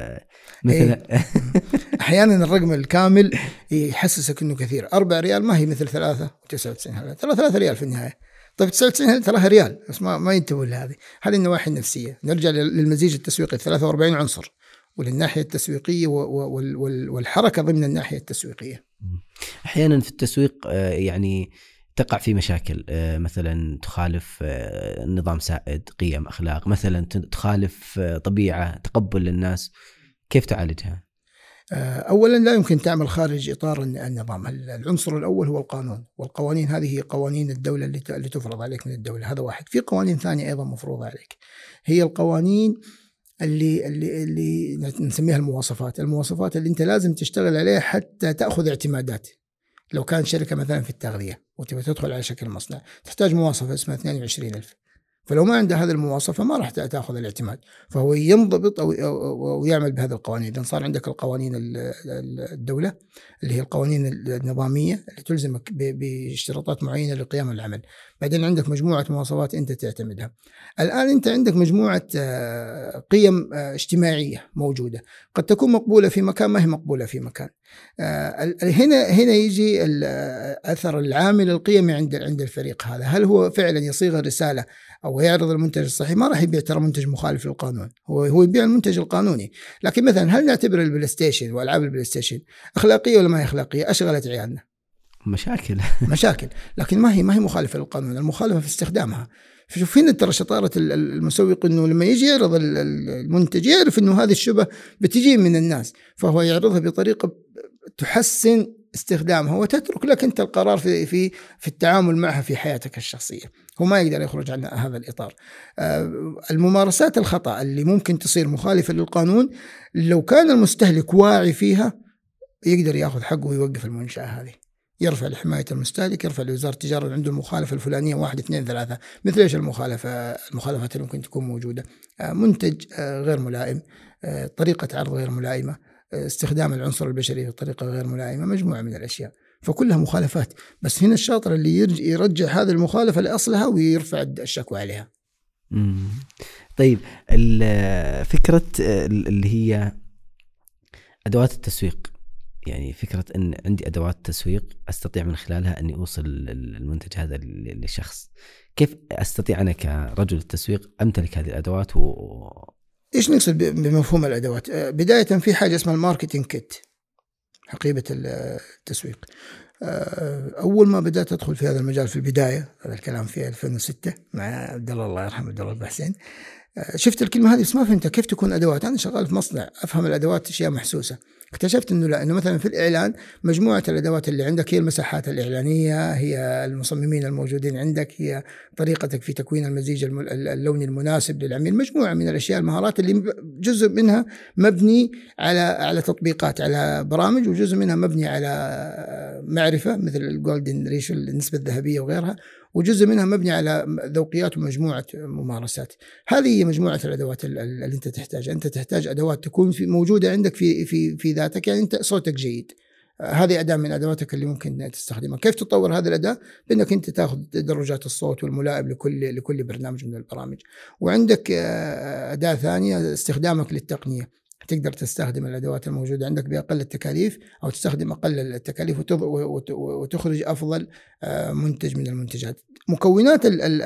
مثلا. أحيانا الرقم الكامل يحسسك إنه كثير. أربع ريال ما هي مثل ثلاثة وتسعة وتسعين هللة، ترى ثلاثة ريال في النهاية. طيب تسعة وتسعين تراها ريال بس ما ما ينتبهوا لهذه. هذه النواحي النفسية. نرجع للمزيج التسويقي ثلاثة وأربعين عنصر، وللناحية التسويقية والحركة ضمن الناحية التسويقية. أحيانا في التسويق يعني تقع في مشاكل، مثلا تخالف نظام سائد، قيم، أخلاق، مثلا تخالف طبيعة، تقبل للناس، كيف تعالجها؟ أولا لا يمكن تعمل خارج إطار النظام. العنصر الأول هو القانون والقوانين. هذه هي قوانين الدولة اللي تفرض عليك من الدولة. هذا واحد. في قوانين ثانية أيضا مفروضة عليك، هي القوانين اللي اللي اللي نسميها المواصفات. المواصفات اللي أنت لازم تشتغل عليها حتى تأخذ اعتمادات. لو كان شركة مثلا في التغذية وتبغى تدخل على شكل مصنع تحتاج مواصفة اسمها اثنين وعشرين ألف. فلو ما عنده هذه المواصفة ما راح تأخذ الاعتماد. فهو ينضبط أو, أو يعمل بهذه القوانين. إذا صار عندك القوانين الدولة اللي هي القوانين النظامية اللي تلزمك باشتراطات معينة لقيام العمل. بعدين عندك مجموعة مواصفات أنت تعتمدها. الآن أنت عندك مجموعة قيم اجتماعية موجودة، قد تكون مقبولة في مكان ما هي مقبولة في مكان. هنا هنا يجي أثر العامل القيمي عند عند الفريق هذا. هل هو فعلا يصيغ الرسالة أو يعرض المنتج الصحي؟ ما راح يبيع ترى منتج مخالف للقانون، هو هو يبيع المنتج القانوني. لكن مثلا هل نعتبر البلاي ستيشن وألعاب البلاي ستيشن أخلاقية ولا ما هي أخلاقية؟ أشغلت عيالنا مشاكل مشاكل، لكن ما هي ما هي مخالفة للقانون. المخالفة في استخدامها. فشوف هنا ترى شطارة المسوق إنه لما يجي يعرض المنتج يعرف إنه هذه الشبه بتجي من الناس، فهو يعرضها بطريقة تحسن استخدامها وتترك لك أنت القرار في في في التعامل معها في حياتك الشخصية. هو ما يقدر يخرج عن هذا الإطار. الممارسات الخطأ اللي ممكن تصير مخالفة للقانون لو كان المستهلك واعي فيها يقدر يأخذ حقه ويوقف المنشأة هذه، يرفع لحماية المستهلك، يرفع لوزارة التجارة عنده المخالفة الفلانية واحد اثنين ثلاثة. مثل إيش المخالفة؟ المخالفات اللي ممكن تكون موجودة: منتج غير ملائم، طريقة عرض غير ملائمة، استخدام العنصر البشري بطريقة غير ملائمة، مجموعة من الأشياء، فكلها مخالفات. بس هنا الشاطر اللي يرجع هذه المخالفة لأصلها ويرفع الشكوى عليها. مم. طيب الفكرة اللي هي أدوات التسويق، يعني فكرة أن عندي أدوات تسويق أستطيع من خلالها أني أوصل المنتج هذا للشخص، كيف أستطيع أنا كرجل التسويق أمتلك هذه الأدوات؟ و... إيش نقصد بمفهوم الأدوات؟ بداية في حاجة اسمها الماركتينج كيت، حقيبة التسويق. أول ما بدأت أدخل في هذا المجال في البداية، هذا الكلام في ألفين وستة مع عبد الله الله يرحمه عبد الله بحسين، شفت الكلمة هذه بس ما فهمتها كيف تكون أدوات. أنا شغال في مصنع أفهم الأدوات أشياء محسوسة. اكتشفت إنه لا، إنه مثلا في الإعلان مجموعة الأدوات اللي عندك هي المساحات الإعلانية، هي المصممين الموجودين عندك، هي طريقتك في تكوين المزيج اللوني المناسب للعميل، مجموعة من الأشياء المهارات اللي جزء منها مبني على على تطبيقات على برامج، وجزء منها مبني على معرفة مثل الجولدن ريشيو النسبة الذهبية وغيرها، وجزء منها مبني على ذوقيات ومجموعة ممارسات. هذه هي مجموعة الأدوات اللي أنت تحتاج. أنت تحتاج أدوات تكون في موجودة عندك في في في ذاتك، يعني أنت صوتك جيد، هذه أداة من أدواتك اللي ممكن تستخدمها. كيف تطور هذه الأداة؟ بأنك أنت تأخذ تدرجات الصوت والملائم لكل لكل برنامج من البرامج. وعندك أداة ثانية استخدامك للتقنية، تقدر تستخدم الأدوات الموجودة عندك بأقل التكاليف، أو تستخدم أقل التكاليف وتخرج أفضل منتج من المنتجات. مكونات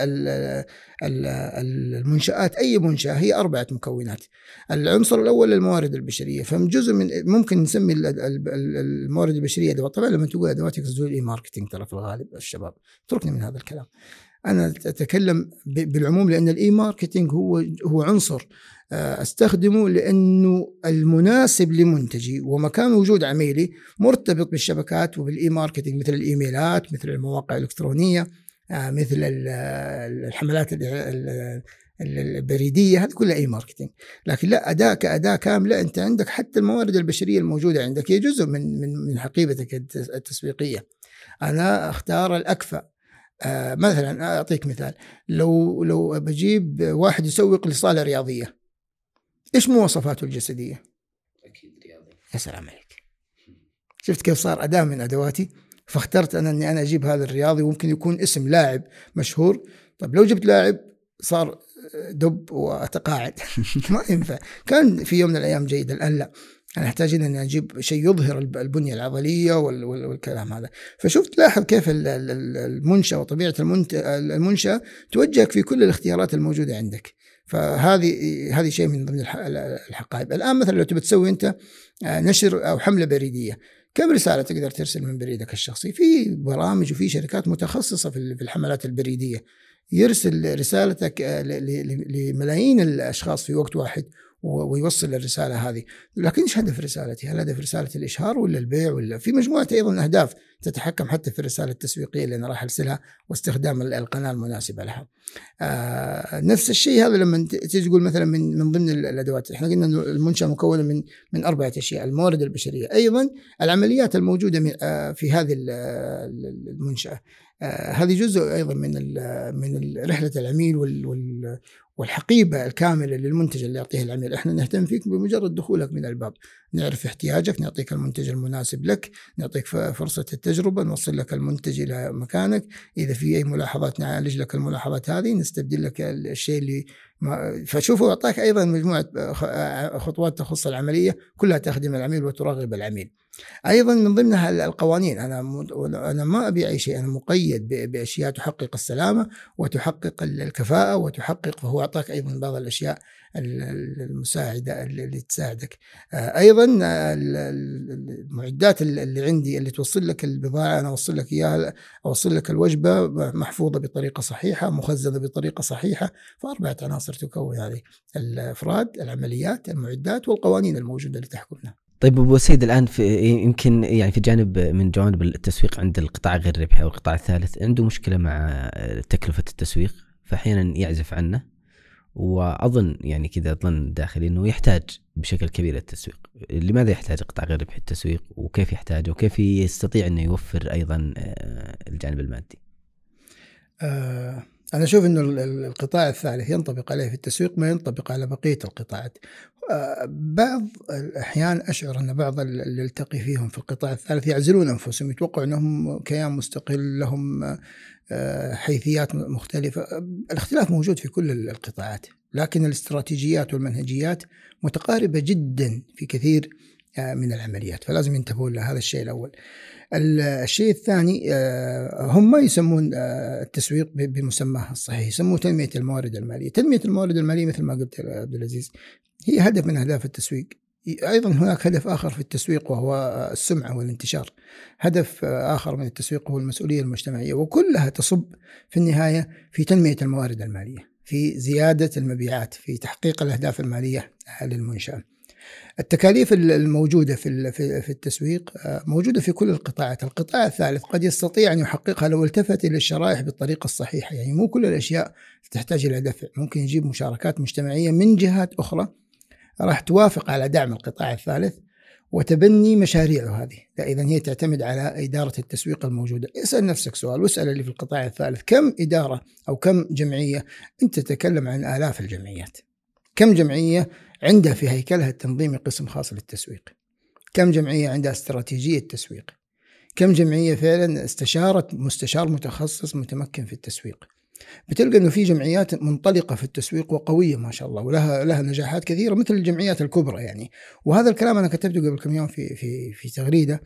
المنشآت، أي منشأة هي أربعة مكونات. العنصر الأول الموارد البشرية، فمن جزء من ممكن نسمي الموارد البشرية أدوات. طبعا لما تقول أدوات يقصدون إي ماركتينج، ترى في الغالب الشباب تركني من هذا الكلام، أنا أتكلم بالعموم، لأن الإي ماركتينج هو هو عنصر أستخدمه لأنه المناسب لمنتجي ومكان وجود عميلي مرتبط بالشبكات وبالإي ماركتينج، مثل الإيميلات، مثل المواقع الإلكترونية، مثل الحملات البريدية، هذه كلها إي ماركتينج. لكن لا، أداة كأداة كاملة أنت عندك حتى الموارد البشرية الموجودة عندك هي جزء من من من حقيبتك التسويقية. أنا أختار الأكفأ. آه مثلا أعطيك مثال، لو لو بجيب واحد يسوق لصالة رياضية، إيش مواصفاته الجسدية؟ أكيد رياضي. يا سلام عليك، شفت كيف صار أداة من أدواتي؟ فاخترت أنا أني أنا أجيب هذا الرياضي، وممكن يكون اسم لاعب مشهور. طب لو جبت لاعب صار دب وأتقاعد ما ينفع. كان في يوم من الأيام جيد، الآن لا، أنا أحتاج أن أجيب شيء يظهر البنية العضلية والكلام هذا. فشفت لاحظ كيف المنشأ وطبيعة المنشأ توجهك في كل الاختيارات الموجودة عندك. فهذه هذه شيء من ضمن الحقائب. الآن مثلا لو تبي تسوي أنت نشر أو حملة بريدية، كم رسالة تقدر ترسل من بريدك الشخصي؟ في برامج وفي شركات متخصصة في الحملات البريدية، يرسل رسالتك لملايين الأشخاص في وقت واحد ويوصل الرسالة هذه. لكن إيش هدف رسالتي؟ هل هدف رسالة الإشهار ولا البيع؟ ولا في مجموعة أيضا أهداف تتحكم حتى في الرسالة التسويقية اللي أنا راح أرسلها، واستخدام القناة المناسبة لها. آه نفس الشيء هذا لما تيجي تقول مثلا من من ضمن الأدوات، إحنا قلنا إنه المنشأة مكونة من من أربعة أشياء: الموارد البشرية، أيضا العمليات الموجودة من آه في هذه المنشأة، آه هذه جزء أيضا من من رحلة العميل وال وال والحقيبة الكاملة للمنتج اللي يعطيه العميل. إحنا نهتم فيك بمجرد دخولك من الباب، نعرف احتياجك، نعطيك المنتج المناسب لك، نعطيك فرصة التجربة، نوصل لك المنتج إلى مكانك. إذا في أي ملاحظات نعالج لك الملاحظات هذه، نستبدل لك الشيء اللي ما. فشوفوا أعطاك أيضا مجموعة خطوات تخص العملية كلها تخدم العميل وترغب العميل. أيضا من ضمنها القوانين، أنا أنا ما أبيع أي شيء، أنا مقيد بأشياء تحقق السلامة وتحقق الكفاءة وتحقق، فهو أعطاك أيضا بعض الأشياء المساعدة اللي تساعدك. أيضا المعدات اللي عندي اللي توصل لك البضاعة، أنا أوصل لك إياها، أوصل لك الوجبة محفوظة بطريقة صحيحة، مخزنة بطريقة صحيحة. فأربعة عناصر تكون هذه: الأفراد، العمليات، المعدات، والقوانين الموجودة اللي تحكمنا. طيب أبو سيد، الآن في يمكن يعني في جانب من جوانب التسويق عند القطاع غير الربحي أو القطاع الثالث عنده مشكلة مع تكلفة التسويق، فأحيانا يعزف عنه وأظن يعني كذا ظن داخلي أنه يحتاج بشكل كبير التسويق. لماذا يحتاج قطاع غير ربحي التسويق، وكيف يحتاجه، وكيف يستطيع أنه يوفر أيضا الجانب المادي؟ آه أنا أشوف أنه القطاع الثالث ينطبق عليه في التسويق ما ينطبق على بقية القطاعات. آه بعض الأحيان أشعر أن بعض اللي التقي فيهم في القطاع الثالث يعزلون أنفسهم، يتوقعوا أنهم كيان مستقل لهم آه حيثيات مختلفة. الاختلاف موجود في كل القطاعات، لكن الاستراتيجيات والمنهجيات متقاربة جدا في كثير آه من العمليات، فلازم ينتبهوا لهذا الشيء الأول. الشيء الثاني هم ما يسمون التسويق بمسماه الصحيح، يسموه تنمية الموارد المالية. تنمية الموارد المالية مثل ما قلت عبد العزيز هي هدف من أهداف التسويق. أيضا هناك هدف آخر في التسويق وهو السمعة والانتشار. هدف آخر من التسويق هو المسؤولية المجتمعية، وكلها تصب في النهاية في تنمية الموارد المالية، في زيادة المبيعات، في تحقيق الأهداف المالية للمنشأة. التكاليف الموجودة في في التسويق موجودة في كل القطاعات. القطاع الثالث قد يستطيع أن يحققها لو التفت إلى الشرائح بالطريقة الصحيحة. يعني مو كل الأشياء تحتاج إلى دفع، ممكن يجيب مشاركات مجتمعية من جهات أخرى راح توافق على دعم القطاع الثالث وتبني مشاريعه هذه. إذا هي تعتمد على إدارة التسويق الموجودة. اسأل نفسك سؤال، واسأل اللي في القطاع الثالث كم إدارة أو كم جمعية. أنت تتكلم عن آلاف الجمعيات. كم جمعية عندها في هيكلها التنظيمي قسم خاص للتسويق؟ كم جمعية عندها استراتيجية تسويق؟ كم جمعية فعلا استشارت مستشار متخصص متمكن في التسويق؟ بتلقى أنه في جمعيات منطلقة في التسويق وقوية ما شاء الله، ولها لها نجاحات كثيرة مثل الجمعيات الكبرى يعني. وهذا الكلام أنا كتبته قبل كم يوم في في في تغريدة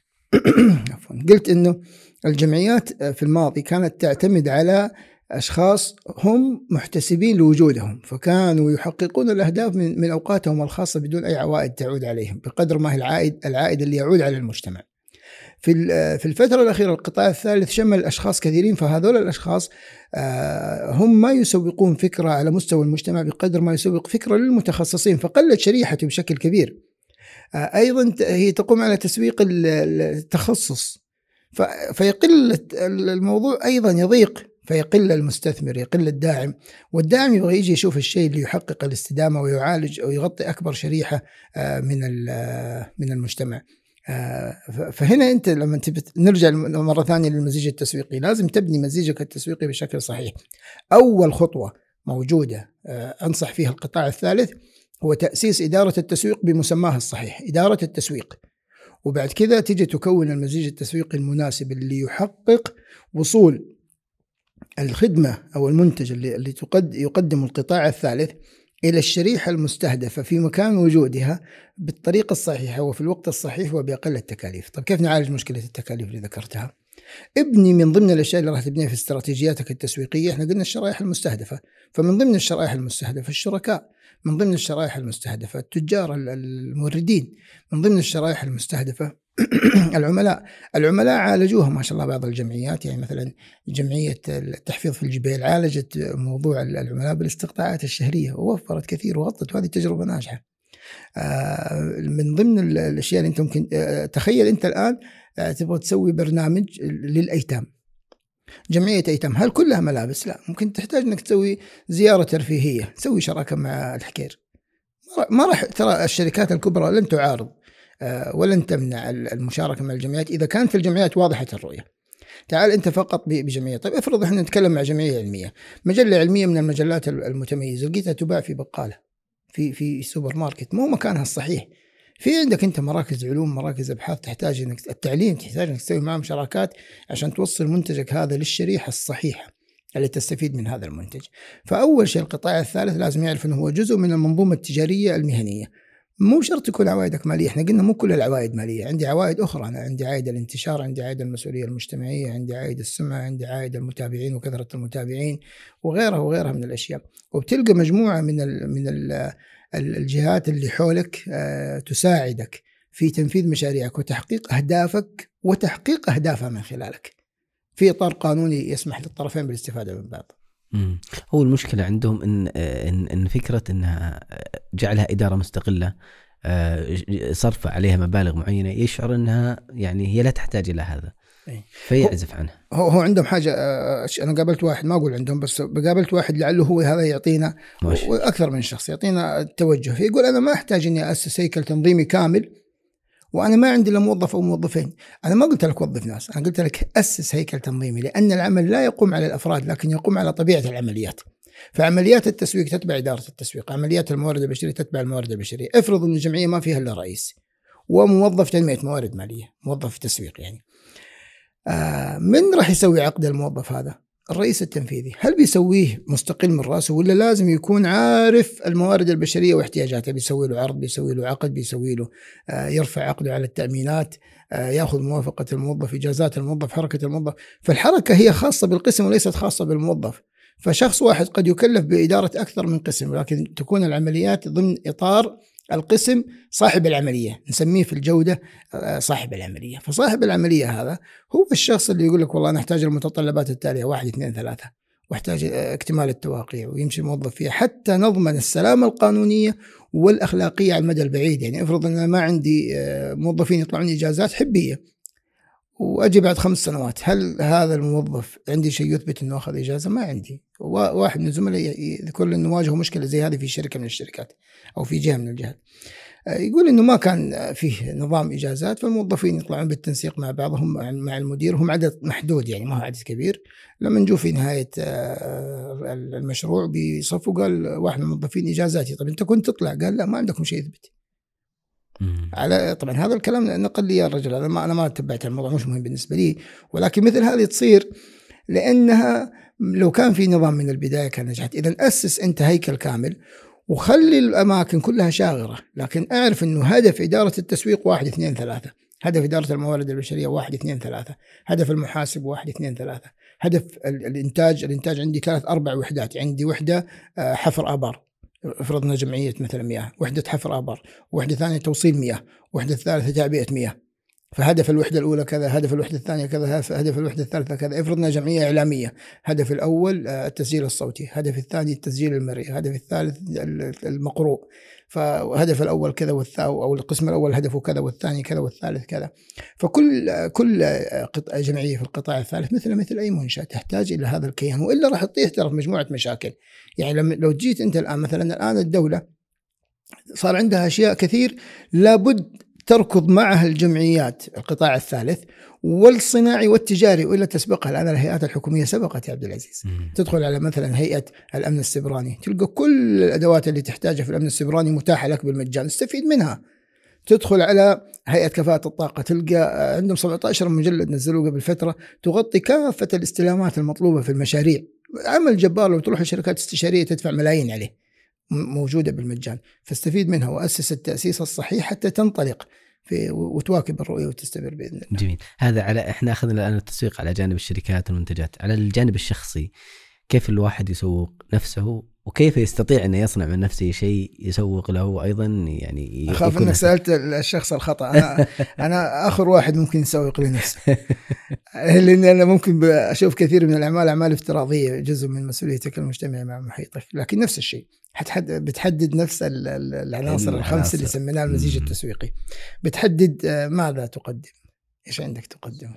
قلت أنه الجمعيات في الماضي كانت تعتمد على أشخاص هم محتسبين لوجودهم، فكانوا يحققون الأهداف من من أوقاتهم الخاصة بدون أي عوائد تعود عليهم، بقدر ما هي العائد العائد اللي يعود على المجتمع. في في الفترة الأخيرة القطاع الثالث شمل أشخاص كثيرين، فهذول الأشخاص هم ما يسوقون فكرة على مستوى المجتمع بقدر ما يسوق فكرة للمتخصصين، فقلت شريحته بشكل كبير. أيضا هي تقوم على تسويق التخصص، فيقل الموضوع، أيضا يضيق، فيقل المستثمر، يقل الداعم، والداعم يبغى يجي يشوف الشيء اللي يحقق الاستدامة ويعالج أو يغطي أكبر شريحة من من المجتمع. فهنا أنت لما نرجع مرة ثانية للمزيج التسويقي، لازم تبني مزيجك التسويقي بشكل صحيح. أول خطوة موجودة أنصح فيها القطاع الثالث هو تأسيس إدارة التسويق بمسماها الصحيح، إدارة التسويق. وبعد كذا تيجي تكون المزيج التسويقي المناسب اللي يحقق وصول الخدمة أو المنتج اللي اللي يقدم القطاع الثالث إلى الشريحة المستهدفة في مكان وجودها بالطريقة الصحيحة وفي الوقت الصحيح وبأقل التكاليف. طب كيف نعالج مشكلة التكاليف اللي ذكرتها؟ ابني من ضمن الأشياء اللي راح تبنيها في استراتيجياتك التسويقية، احنا قلنا الشرائح المستهدفة، فمن ضمن الشرائح المستهدفة الشركاء، من ضمن الشرائح المستهدفة التجار الموردين، من ضمن الشرائح المستهدفة العملاء. العملاء عالجوها ما شاء الله بعض الجمعيات، يعني مثلا جمعية التحفيظ في الجبيل عالجت موضوع العملاء بالاستقطاعات الشهرية ووفرت كثير وغطت، وهذه تجربة ناجحة. من ضمن الأشياء اللي أنت ممكن تخيل أنت الآن تبغى تسوي برنامج للأيتام، جمعية أيتام، هل كلها ملابس؟ لا، ممكن تحتاج أنك تسوي زيارة ترفيهية، تسوي شراكة مع الحكير. ما راح ترى الشركات الكبرى لن تعارض ولن تمنع المشاركة مع الجمعيات إذا كانت الجمعيات واضحة الرؤية. تعال أنت فقط بجمعية. طيب افرض احنا نتكلم مع جمعية علمية، مجلة علمية من المجلات المتميزة، لقيتها تباع في بقالة في في سوبر ماركت، مو مكانها الصحيح. في عندك أنت مراكز علوم، مراكز أبحاث، تحتاج إنك التعليم، تحتاج إنك تسوي معهم شراكات عشان توصل منتجك هذا للشريحة الصحيحة اللي تستفيد من هذا المنتج. فأول شيء القطاع الثالث لازم يعرف أنه هو جزء من المنظومة التجارية المهنية. مو شرط تكون عوائدك مالية، احنا قلنا مو كل العوائد مالية، عندي عوائد أخرى، أنا عندي عائد الانتشار، عندي عائد المسؤولية المجتمعية، عندي عائد السمعة، عندي عائد المتابعين وكثرة المتابعين وغيرها وغيرها من الأشياء. وبتلقى مجموعة من ال من ال الجهات اللي حولك تساعدك في تنفيذ مشاريعك وتحقيق أهدافك وتحقيق أهدافها من خلالك في إطار قانوني يسمح للطرفين بالاستفادة من بعض. مم. هو المشكلة عندهم إن, إن, إن فكرة إنها جعلها إدارة مستقلة، صرف عليها مبالغ معينة، يشعر إنها يعني هي لا تحتاج إلى هذا. فيعزف عنها. هو هو عندهم حاجة. أنا قابلت واحد، ما أقول عندهم، بس قابلت واحد لعله هو هذا يعطينا وأكثر من شخص يعطينا التوجه. فيقول أنا ما أحتاج إني أسس هيكل تنظيمي كامل وأنا ما عندي إلا موظف أو موظفين. أنا ما قلت لك وظف ناس، أنا قلت لك أسس هيكل تنظيمي، لأن العمل لا يقوم على الأفراد لكن يقوم على طبيعة العمليات. فعمليات التسويق تتبع إدارة التسويق، عمليات الموارد البشرية تتبع الموارد البشرية. افرض أن الجمعية ما فيها إلا رئيس وموظف تنمية موارد مالية، موظف تسويق يعني. آه من راح يسوي عقد الموظف هذا؟ الرئيس التنفيذي. هل بيسويه مستقل من رأسه ولا لازم يكون عارف الموارد البشرية واحتياجاتها؟ بيسوي له عرض، بيسوي له عقد، بيسوي له آه يرفع عقده على التأمينات، آه يأخذ موافقة الموظف، إجازات الموظف، حركة الموظف. فالحركة هي خاصة بالقسم وليست خاصة بالموظف. فشخص واحد قد يكلف بإدارة أكثر من قسم، ولكن تكون العمليات ضمن إطار القسم صاحب العملية، نسميه في الجودة صاحب العملية. فصاحب العملية هذا هو الشخص اللي يقول لك والله نحتاج المتطلبات التالية واحد اثنين ثلاثة، واحتاج اكتمال التواقيع، ويمشي الموظف فيها حتى نضمن السلامة القانونية والأخلاقية على المدى البعيد. يعني افرض أن ما عندي موظفين يطلعون إجازات حبية وأجي بعد خمس سنوات، هل هذا الموظف عندي شيء يثبت أنه أخذ إجازة؟ ما عندي. واحد من زملائي يذكر أنه واجهه مشكلة زي هذه في شركة من الشركات أو في جهة من الجهات، يقول إنه ما كان فيه نظام إجازات، فالموظفين يطلعون بالتنسيق مع بعضهم مع المدير، هم عدد محدود يعني ما هو عدد كبير. لما نجوا في نهاية المشروع بيصفوا، قال واحد من الموظفين إجازاتي. طب أنت كنت تطلع؟ قال لا، ما عندكم شيء يثبت. على طبعا هذا الكلام نقل لي الرجل هذا، ما أنا ما تبعت الموضوع، مش مهم بالنسبة لي، ولكن مثل هذه تصير لأنها لو كان في نظام من البداية كان نجحت. إذا أسس أنت هيكل كامل وخلي الأماكن كلها شاغرة، لكن أعرف أنه هدف إدارة التسويق واحد اثنين ثلاثة، هدف إدارة الموارد البشرية واحد اثنين ثلاثة، هدف المحاسب واحد اثنين ثلاثة، هدف الإنتاج الإنتاج عندي ثلاث أربع وحدات، عندي وحدة حفر آبار، فرضنا جمعية مثلا مياه، وحدة حفر آبار، وحدة ثانية توصيل مياه، وحدة ثالثة تعبئة مياه. فهدف الوحدة الأولى كذا، هدف الوحدة الثانية كذا، هدف الوحدة الثالثة كذا. افرضنا جمعية إعلامية، هدف الأول التسجيل الصوتي، هدف الثاني التسجيل المرئي، هدف الثالث المقروء. فهدف الأول كذا والثاني، أو القسم الأول هدفه كذا والثاني كذا والثالث كذا. فكل كل جمعية في القطاع الثالث مثل مثل أي منشأة تحتاج إلى هذا الكيان، وإلا راح تطيح ترى في مجموعة مشاكل. يعني لما لو جيت أنت الآن مثلا، الآن الدولة صار عندها أشياء كثير لابد تركض معها الجمعيات القطاع الثالث والصناعي والتجاري، وإلا تسبقها. الآن الهيئات الحكومية سبقت يا عبد العزيز. مم. تدخل على مثلا هيئة الأمن السيبراني، تلقى كل الأدوات اللي تحتاجها في الأمن السيبراني متاحة لك بالمجان، استفيد منها. تدخل على هيئة كفاءة الطاقة، تلقى عندهم سبعة عشر مجلد نزلوه قبل فترة تغطي كافة الاستلامات المطلوبة في المشاريع. عمل جبار، لو تروح الشركات الاستشارية تدفع ملايين عليه، موجودة بالمجان. فاستفيد منها وأسس التأسيس الصحيح حتى تنطلق في وتواكب الرؤية وتستمر بإذن الله. جميل. هذا على إحنا أخذنا الآن التسويق على جانب الشركات والمنتجات. على الجانب الشخصي، كيف الواحد يسوق نفسه وكيف يستطيع أن يصنع من نفسه شيء يسوق له أيضا؟ يعني أخاف أنك سألت الشخص الخطأ. أنا أنا آخر واحد ممكن يسوق لنفسه، لأن أنا ممكن أشوف كثير من الأعمال أعمال افتراضية، جزء من مسؤوليتك المجتمعية مع محيطك، لكن نفس الشيء بتحدد نفس العناصر الخمس اللي سميناها المزيج التسويقي. بتحدد ماذا تقدم، إيش عندك تقدم.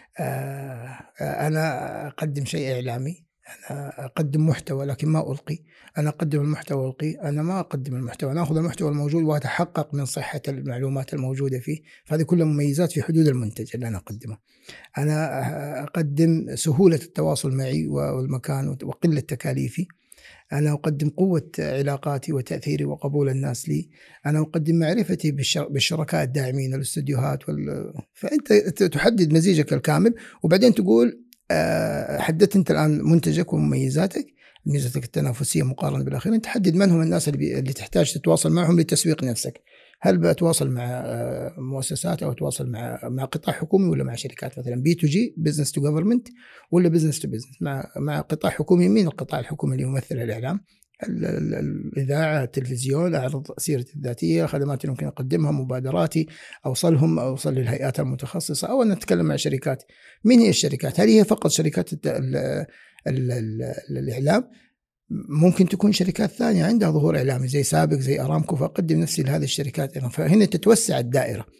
أنا أقدم شيء إعلامي، أنا أقدم محتوى لكن ما ألقي. أنا أقدم المحتوى وألقي، أنا ما أقدم المحتوى. أنا أخذ المحتوى الموجود وأتحقق من صحة المعلومات الموجودة فيه. فهذه كلها مميزات في حدود المنتج اللي أنا أقدمه. أنا أقدم سهولة التواصل معي والمكان وقلة تكاليفي. أنا أقدم قوة علاقاتي وتأثيري وقبول الناس لي. أنا أقدم معرفتي بالشركاء الداعمين الاستوديوهات وال... فأنت تحدد مزيجك الكامل، وبعدين تقول حددت أنت الآن منتجك ومميزاتك، ميزتك التنافسية مقارنة بالآخرين. تحدد من هم الناس اللي, اللي تحتاج تتواصل معهم لتسويق نفسك. هل بتواصل مع مؤسسات أو تواصل مع مع قطاع حكومي ولا مع شركات، مثلا بي تو جي business to government ولا business to business. مع مع قطاع حكومي، مين القطاع الحكومي اللي يمثل الإعلام، الإذاعة، التلفزيون، أعرض سيرتي الذاتية، خدمات اللي ممكن أقدمها، مبادراتي، أوصلهم أوصل للهيئات المتخصصة. أو أن نتكلم مع شركات. مين هي الشركات؟ هل هي فقط شركات ال ال ال ال الإعلام؟ ممكن تكون شركات ثانية عندها ظهور إعلامي زي سابق زي أرامكو، فأقدم نفسي لهذه الشركات. فهنا تتوسع الدائرة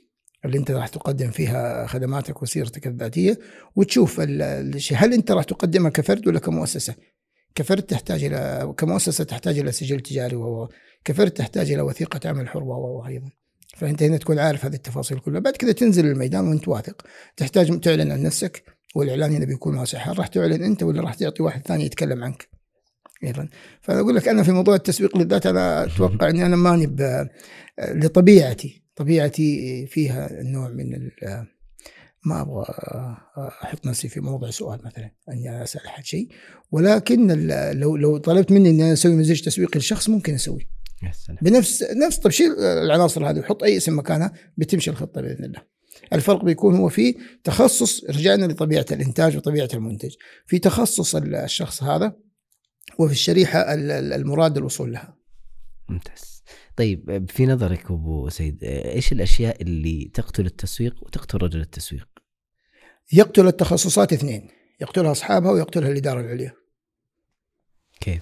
اللي أنت راح تقدم فيها خدماتك وسيرتك الذاتية، وتشوف الشيء هل أنت راح تقدمها كفرد ولا كمؤسسة. كفرد تحتاج إلى كمؤسسة تحتاج إلى سجل تجاري، وكفرد تحتاج إلى وثيقة عمل حر وأيضا. فأنت هنا تكون عارف هذه التفاصيل كلها. بعد كذا تنزل الميدان وأنت واثق. تحتاج تعلن عن نفسك، والإعلان هنا بيكون واسع. هل راح تعلن أنت ولا راح تعطي واحد ثاني يتكلم عنك أيضا؟ فأنا أقول لك أنا في موضوع التسويق للذات أنا أتوقع أني أنا ماني لطبيعتي طبيعتي فيها النوع من ما أبغى أحط نفسي في موضع سؤال مثلا أني أسأل أحد شيء، ولكن لو لو طلبت مني أن أنا أسوي مزيج تسويقي للشخص ممكن أسوي بنفس نفس طب شيل العناصر هذه وحط أي اسم مكانها بتمشي الخطة بإذن الله. الفرق بيكون هو في تخصص، رجعنا لطبيعة الإنتاج وطبيعة المنتج، في تخصص الشخص هذا وفي الشريحة المراد الوصول لها. ممتاز. طيب في نظرك أبو سيد، إيش الأشياء اللي تقتل التسويق وتقتل رجل التسويق؟ يقتل التخصصات اثنين، يقتلها أصحابها ويقتلها الإدارة العليا. كيف؟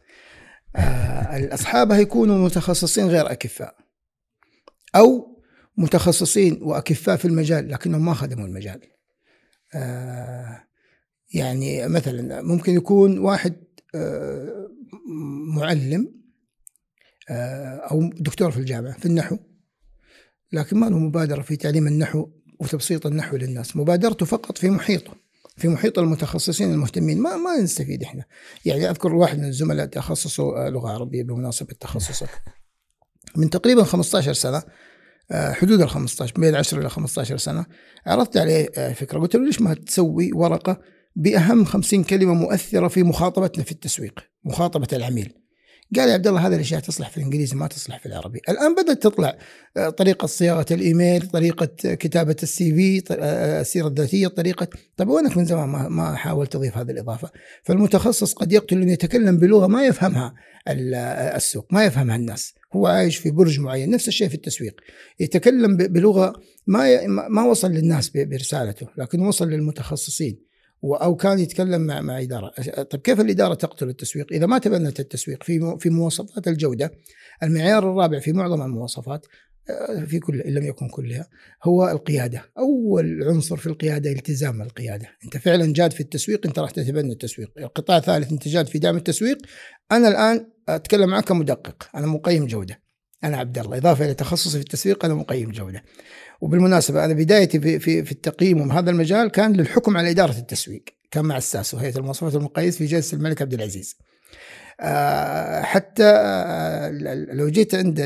آه أصحابها يكونوا متخصصين غير أكفاء، أو متخصصين وأكفاء في المجال لكنهم ما خدموا المجال. آه يعني مثلا ممكن يكون واحد آه معلم أو دكتور في الجامعة في النحو، لكن ما له مبادرة في تعليم النحو وتبسيط النحو للناس. مبادرته فقط في محيطه، في محيط المتخصصين المهتمين. ما ما نستفيد إحنا. يعني أذكر واحد من الزملاء تخصصه لغة عربية بمناسبة تخصصك من تقريبا خمسة عشر سنة، حدود ال خمسة عشر بين عشرة إلى خمسة عشر سنة. عرضت عليه فكرة، قلت له ليش ما تسوي ورقة بأهم خمسين كلمة مؤثرة في مخاطبتنا في التسويق، مخاطبة العميل. قال يا عبد الله هذه الاشياء تصلح في الانجليزي ما تصلح في العربي. الان بدات تطلع طريقه صياغه الايميل، طريقه كتابه السي في، السيره الذاتيه، طريقه. طيب وينك من زمان ما ما حاولت تضيف هذه الاضافه؟ فالمتخصص قد يقتل انه يتكلم بلغه ما يفهمها السوق، ما يفهمها الناس. هو عايش في برج معين. نفس الشيء في التسويق، يتكلم بلغه ما ما وصل للناس برسالته، لكن وصل للمتخصصين أو كان يتكلم مع مع إدارة. طيب كيف الإدارة تقتل التسويق؟ إذا ما تبنت التسويق في في مواصفات الجودة، المعيار الرابع في معظم المواصفات، في كل إن لم يكن كلها، هو القيادة. أول عنصر في القيادة التزام القيادة. أنت فعلا جاد في التسويق، أنت راح تتبنى التسويق. القطاع الثالث، أنت جاد في دعم التسويق. أنا الآن أتكلم معك كمدقق، أنا مقيم جودة، أنا عبد الله، إضافة إلى تخصصي في التسويق أنا مقيم جودة. وبالمناسبة أنا بدايتي في في في التقييم وهذا المجال كان للحكم على إدارة التسويق، كان مع الساسو هيئة المواصفات والمقاييس في جلسة الملك عبد العزيز. أه حتى أه لو جيت عند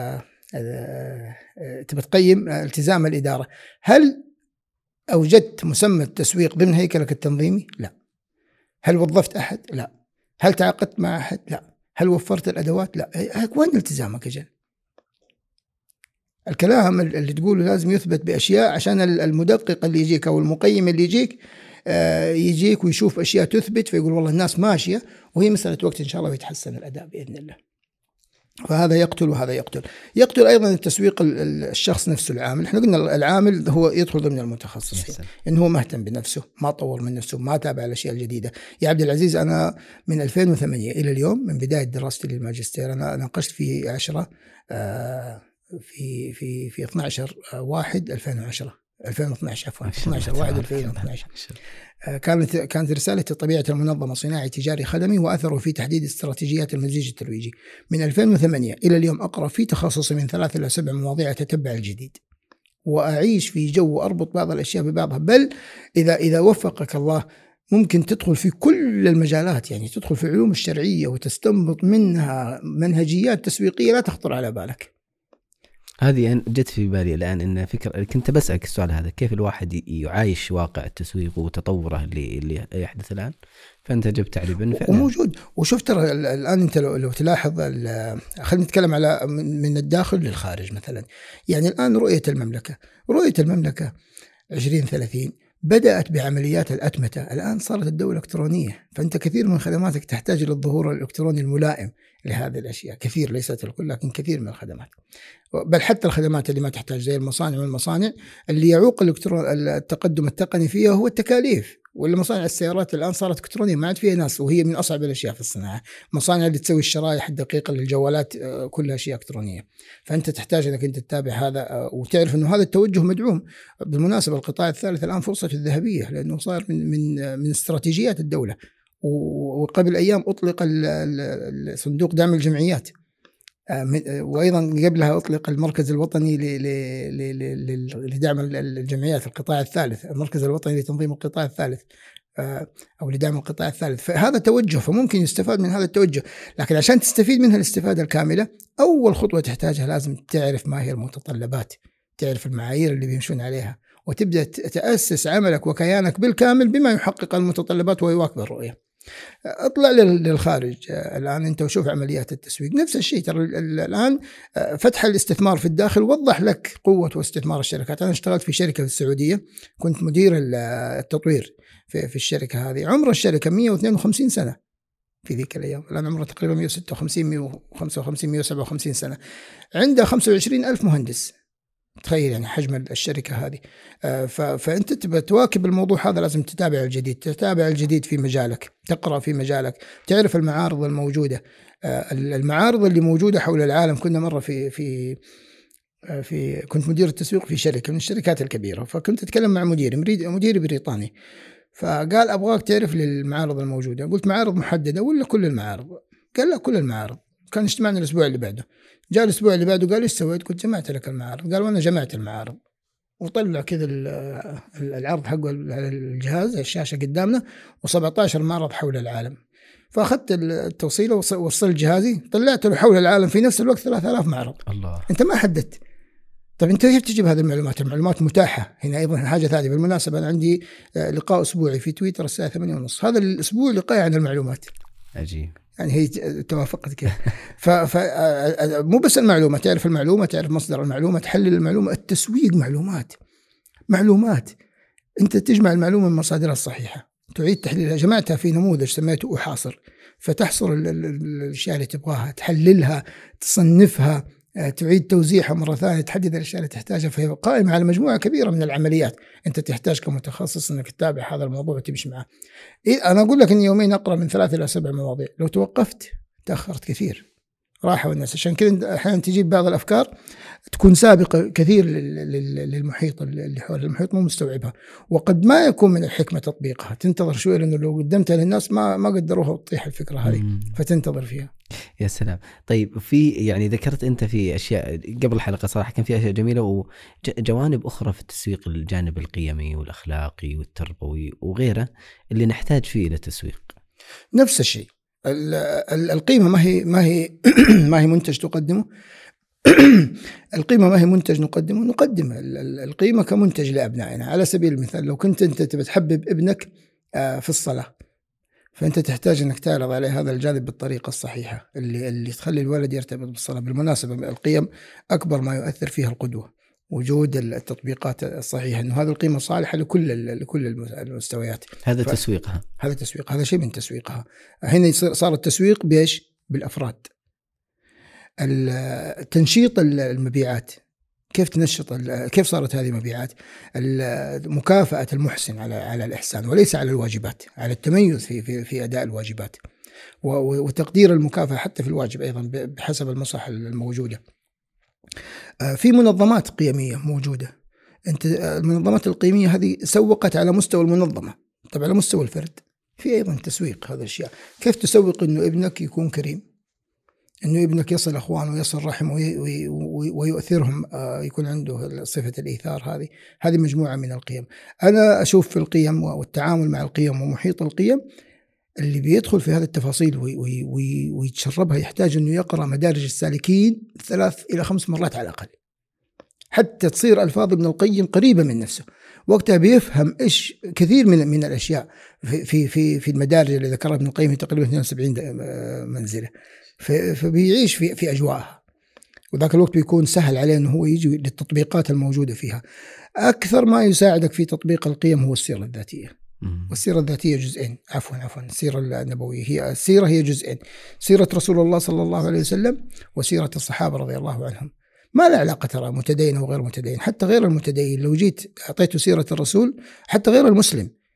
تبي تقيم التزام الإدارة، هل أوجدت مسمى التسويق ضمن هيكلك التنظيمي؟ لا. هل وظفت أحد؟ لا. هل تعاقدت مع أحد؟ لا. هل وفرت الأدوات؟ لا. وين التزامك أجل؟ الكلام اللي تقوله لازم يثبت بأشياء عشان المدقق اللي يجيك أو المقيم اللي يجيك يجيك ويشوف أشياء تثبت، فيقول والله الناس ماشية، وهي مسألة وقت إن شاء الله ويتحسن الأداء بإذن الله. فهذا يقتل وهذا يقتل. يقتل أيضا التسويق الشخص نفسه العامل. احنا قلنا العامل هو يدخل ضمن المتخصصين، إنه هو مهتم بنفسه، ما طور من نفسه، ما تابع الأشياء الجديدة. يا عبد العزيز أنا من ألفين وثمانية إلى اليوم، من بداية دراستي للماجستير، أنا ناقشت في عشرة آه في في في اثنا عشر واحد ألفين وعشرة ألفين واثني عشر عفوا اثنا عشر واحد ألفين واثني عشر كانت كانت رسالة طبيعة المنظمة صناعي تجاري خدمي وأثره في تحديد استراتيجيات المزيج الترويجي. من ألفين وثمانية إلى اليوم أقرأ في تخصصي من ثلاث إلى سبع مواضيع أتتبع الجديد، وأعيش في جو وأربط بعض الأشياء ببعضها. بل إذا إذا وفقك الله ممكن تدخل في كل المجالات، يعني تدخل في العلوم الشرعية وتستنبط منها منهجيات تسويقية لا تخطر على بالك. هذه جت في بالي الآن، إن فكرة كنت بسألك السؤال هذا، كيف الواحد يعايش واقع التسويق وتطوره اللي اللي يحدث الآن؟ فأنت جبت تعريبا وموجود. وشفت ترى الآن أنت لو, لو تلاحظ، خلينا نتكلم على من الداخل للخارج مثلا. يعني الآن رؤية المملكة رؤية المملكة عشرين ثلاثين بدأت بعمليات الأتمتة، الآن صارت الدولة إلكترونية، فأنت كثير من خدماتك تحتاج إلى الظهور الإلكتروني الملائم لهذه الأشياء. كثير، ليست الكل لكن كثير من الخدمات، بل حتى الخدمات اللي ما تحتاج زي المصانع والمصانع اللي يعوق التقدم التقني فيها هو التكاليف. ولا مصانع السيارات الآن صارت إلكترونية، ما عاد فيها ناس، وهي من أصعب الأشياء في الصناعة. مصانع اللي تسوي الشرائح الدقيقة للجوالات كلها أشياء إلكترونية. فأنت تحتاج أنك أنت تتابع هذا وتعرف أنه هذا التوجه مدعوم. بالمناسبة القطاع الثالث الآن فرصته الذهبية، لأنه صار من من من استراتيجيات الدولة. وقبل أيام أطلق صندوق دعم الجمعيات، وأيضا قبلها أطلق المركز الوطني لدعم الجمعيات في القطاع الثالث، المركز الوطني لتنظيم القطاع الثالث أو لدعم القطاع الثالث. فهذا توجه، فممكن يستفاد من هذا التوجه. لكن عشان تستفيد منها الاستفادة الكاملة، أول خطوة تحتاجها لازم تعرف ما هي المتطلبات، تعرف المعايير اللي بيمشون عليها، وتبدأ تأسس عملك وكيانك بالكامل بما يحقق المتطلبات ويواكب الرؤية. اطلع للخارج الآن أنت وشوف عمليات التسويق، نفس الشيء. ترى الآن فتح الاستثمار في الداخل وضح لك قوة واستثمار الشركات. أنا اشتغلت في شركة في السعودية، كنت مدير التطوير في, في الشركة هذه. عمر الشركة مئة واثنين وخمسين سنة في ذيك الأيام، الآن عمرها تقريبا مئة وستة وخمسين مئة وخمسة وخمسين مئة وسبعة وخمسين سنة. عندها خمسة وعشرين ألف مهندس. تخيل يعني حجم الشركة هذه. فأنت تبى تواكب الموضوع هذا، لازم تتابع الجديد، تتابع الجديد في مجالك، تقرأ في مجالك، تعرف المعارض الموجودة. المعارض اللي موجودة حول العالم. كنا مرة في في في كنت مدير التسويق في شركة من الشركات الكبيرة، فكنت أتكلم مع مديري مديري بريطاني، فقال أبغاك تعرف للمعارض الموجودة. قلت معارض محددة ولا كل المعارض؟ قال لا كل المعارض. كان اجتماعنا الأسبوع اللي بعده، جاء الأسبوع اللي بعده قال إيش سويت؟ قلت جمعت لك المعارض. قال وأنا جمعت المعارض. وطلع كذا العرض حقه على الجهاز الشاشة قدامنا، وسبعة عشر معرض حول العالم. فأخذت التوصيلة ووصلت جهازي، طلعت له حول العالم في نفس الوقت ثلاثة آلاف معرض. الله. أنت ما حددت. طيب أنت كيف تجيب هذه المعلومات؟ المعلومات متاحة هنا. أيضا حاجة ثانية بالمناسبة، أنا عندي لقاء أسبوعي في تويتر الساعة ثمانية ونص، هذا الأسبوع لقاء عن المعلومات. عجيب. يعني هي توافقت كيف. فمو بس المعلومة، تعرف المعلومة، تعرف مصدر المعلومة، تحلل المعلومة. التسويق معلومات معلومات أنت تجمع المعلومة من مصادرها الصحيحة، تعيد تحليلها. جمعتها في نموذج سميته أحاصر، فتحصر الأشياء اللي تبغاها، تحللها، تصنفها، تعيد توزيعها مرة ثانية، تحدد الأشياء اللي تحتاجها. فهي قائمة على مجموعة كبيرة من العمليات. أنت تحتاج كمتخصص أنك تتابع هذا الموضوع وتمشي معه. أنا أقول لك أن يومين أقرأ من ثلاث إلى سبع مواضيع، لو توقفت تأخرت كثير، راحة والناس. عشان كذا أحيانا تجيب بعض الأفكار تكون سابقة كثير للمحيط اللي حول المحيط، مو مستوعبها، وقد ما يكون من الحكمة تطبيقها. تنتظر شوية، لأنه لو قدمتها للناس ما ما قدروها وتطيح الفكرة هذه، فتنتظر فيها. يا سلام. طيب في يعني ذكرت أنت في أشياء قبل الحلقة صراحة كان في أشياء جميلة وجوانب أخرى في التسويق، الجانب القيمي والأخلاقي والتربوي وغيره اللي نحتاج فيه إلى التسويق. نفس الشيء. القيمة ما هي ما هي ما هي منتج تقدمه. القيمة ما هي منتج نقدمه، نقدم القيمة كمنتج لأبنائنا. على سبيل المثال، لو كنت أنت تحبب ابنك في الصلاة، فأنت تحتاج أنك تعرض عليه هذا الجانب بالطريقة الصحيحة اللي اللي تخلي الولد يرتبط بالصلاة. بالمناسبة القيم أكبر ما يؤثر فيها القدوة، وجود التطبيقات الصحيحة، إنه هذه القيمة صالحة لكل لكل المستويات. هذا تسويقها هذا تسويق هذا شيء من تسويقها. هنا صار التسويق بإيش؟ بالأفراد. تنشيط المبيعات، كيف تنشط، كيف صارت هذه المبيعات؟ مكافأة المحسن على على الإحسان، وليس على الواجبات، على التميز في في في أداء الواجبات، وتقدير المكافأة حتى في الواجب أيضا بحسب المصلحة الموجودة. في منظمات قيمية موجودة. أنت المنظمات القيمية هذه سوقت على مستوى المنظمة، طبعا على مستوى الفرد في أيضا تسويق. هذا الشيء كيف تسوق إنه ابنك يكون كريم، إنه ابنك يصل أخوانه ويصل رحمه ويؤثرهم، يكون عنده صفة الإيثار. هذه هذه مجموعة من القيم. أنا أشوف في القيم والتعامل مع القيم ومحيط القيم، اللي بيدخل في هذه التفاصيل ويتشربها يحتاج أنه يقرأ مدارج السالكين ثلاث إلى خمس مرات على الأقل، حتى تصير ألفاظ ابن القيم قريبة من نفسه. وقتها بيفهم إيش كثير من من الأشياء في في في المدارج اللي ذكرها ابن القيم، تقريبا اثنين وسبعين منزلة، فبيعيش في في أجواءها، وذاك الوقت بيكون سهل عليه أنه هو يجي للتطبيقات الموجودة فيها. أكثر ما يساعدك في تطبيق القيم هو السيرة الذاتية. والسيرة الذاتية جزئين، عفوا عفوا السيرة النبوية هي السيرة هي جزئين، سيرة رسول الله صلى الله عليه وسلم وسيرة الصحابة رضي الله عنهم. ما له علاقة ترى متدين وغير متدين، حتى غير المتدين لو جيت أعطيته سيرة الرسول، حتى غير المسلم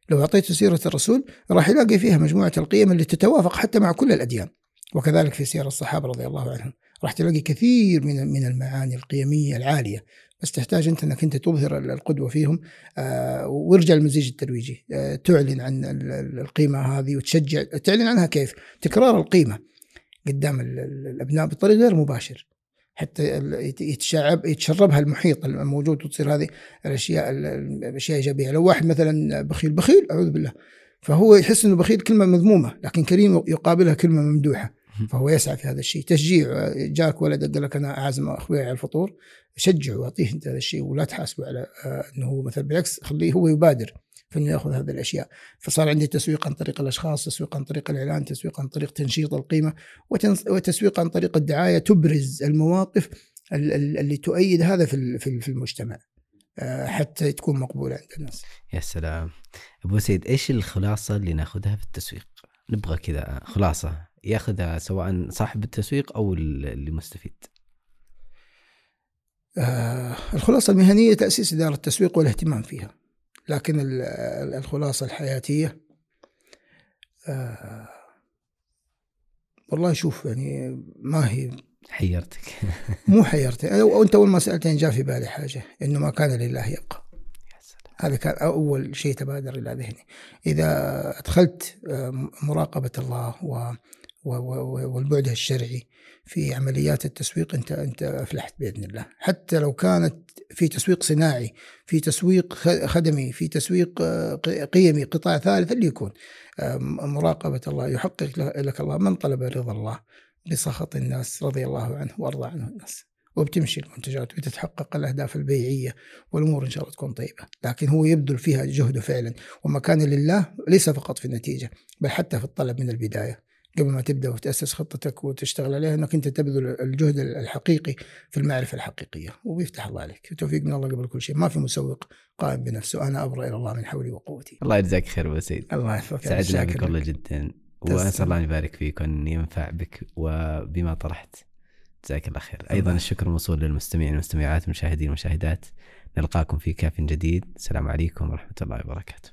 لو أعطيته سيرة الرسول راح يلاقي فيها مجموعة القيم اللي تتوافق حتى مع كل الأديان. وكذلك في سير الصحابة رضي الله عنهم راح تلاقي كثير من من المعاني القيمية العالية، بس تحتاج أنت أنك أنت تظهر القدوة فيهم. آه ويرجع المزيج الترويجي، آه تعلن عن القيمة هذه وتشجع. تعلن عنها كيف؟ تكرار القيمة قدام الأبناء بطريقة غير مباشر حتى يتشعب يتشربها المحيط الموجود، وتصير هذه الأشياء الأشياء إيجابية. لو واحد مثلا بخيل بخيل أعوذ بالله، فهو يحس إنه بخيل كلمة مذمومة، لكن كريم يقابلها كلمة ممدوحة، فهو يسعى في هذا الشيء. تشجيع، جاك ولد قال لك أنا أعزم أخوي على الفطور، شجعه واعطيه أنت هذا الشيء، ولا تحاسبه على أنه مثلا، بالعكس خليه هو يبادر فإنه يأخذ هذه الأشياء. فصار عندي تسويق عن طريق الأشخاص، تسويق عن طريق الإعلان، تسويق عن طريق تنشيط القيمة، وتسويق عن طريق الدعاية تبرز المواقف اللي تؤيد هذا في في المجتمع حتى تكون مقبولة عند الناس. يا سلام أبو سيد، إيش الخلاصة اللي نأخذها في التسويق؟ نبغى كذا خلاصة يأخذها سواء صاحب التسويق أو اللي مستفيد. آه الخلاصة المهنية تأسيس إدارة التسويق والاهتمام فيها، لكن الخلاصة الحياتية آه والله شوف يعني ما هي حيرتك مو حيرتك أنت أول ما سألتني جاء في بالي حاجة، إنه ما كان لله يبقى. هذا كان أول شيء تبادر إلى ذهني. إذا أدخلت مراقبة الله و والبعد الشرعي في عمليات التسويق أنت أنت أفلحت بإذن الله. حتى لو كانت في تسويق صناعي، في تسويق خدمي، في تسويق قيمي، قطاع ثالث اللي يكون، مراقبة الله يحقق لك الله من طلب رضا الله بسخط الناس رضي الله عنه وأرضى عنه الناس، وبتمشي المنتجات وتتحقق الأهداف البيعية والأمور إن شاء الله تكون طيبة. لكن هو يبذل فيها جهده فعلا ومكان لله، ليس فقط في النتيجة بل حتى في الطلب من البداية قبل ما تبدأ وتأسس خطتك وتشتغل عليها، أنك أنت تبذل الجهد الحقيقي في المعرفة الحقيقية، وبيفتح الله عليك. التوفيق من الله قبل كل شيء. ما في مسوق قائم بنفسه، أنا أبرأ إلى الله من حولي وقوتي. الله يجزاك خير أبو سيد. الله يحفظك. سعدنا بك والله جدا، وأسأل الله يبارك فيك وأن ينفع بك وبما طرحت. جزاك الله خير. أيضا الله. الشكر موصول للمستمعين والمستمعات والمشاهدين والمشاهدات. نلقاكم في كاف جديد. السلام عليكم ورحمة الله وبركاته.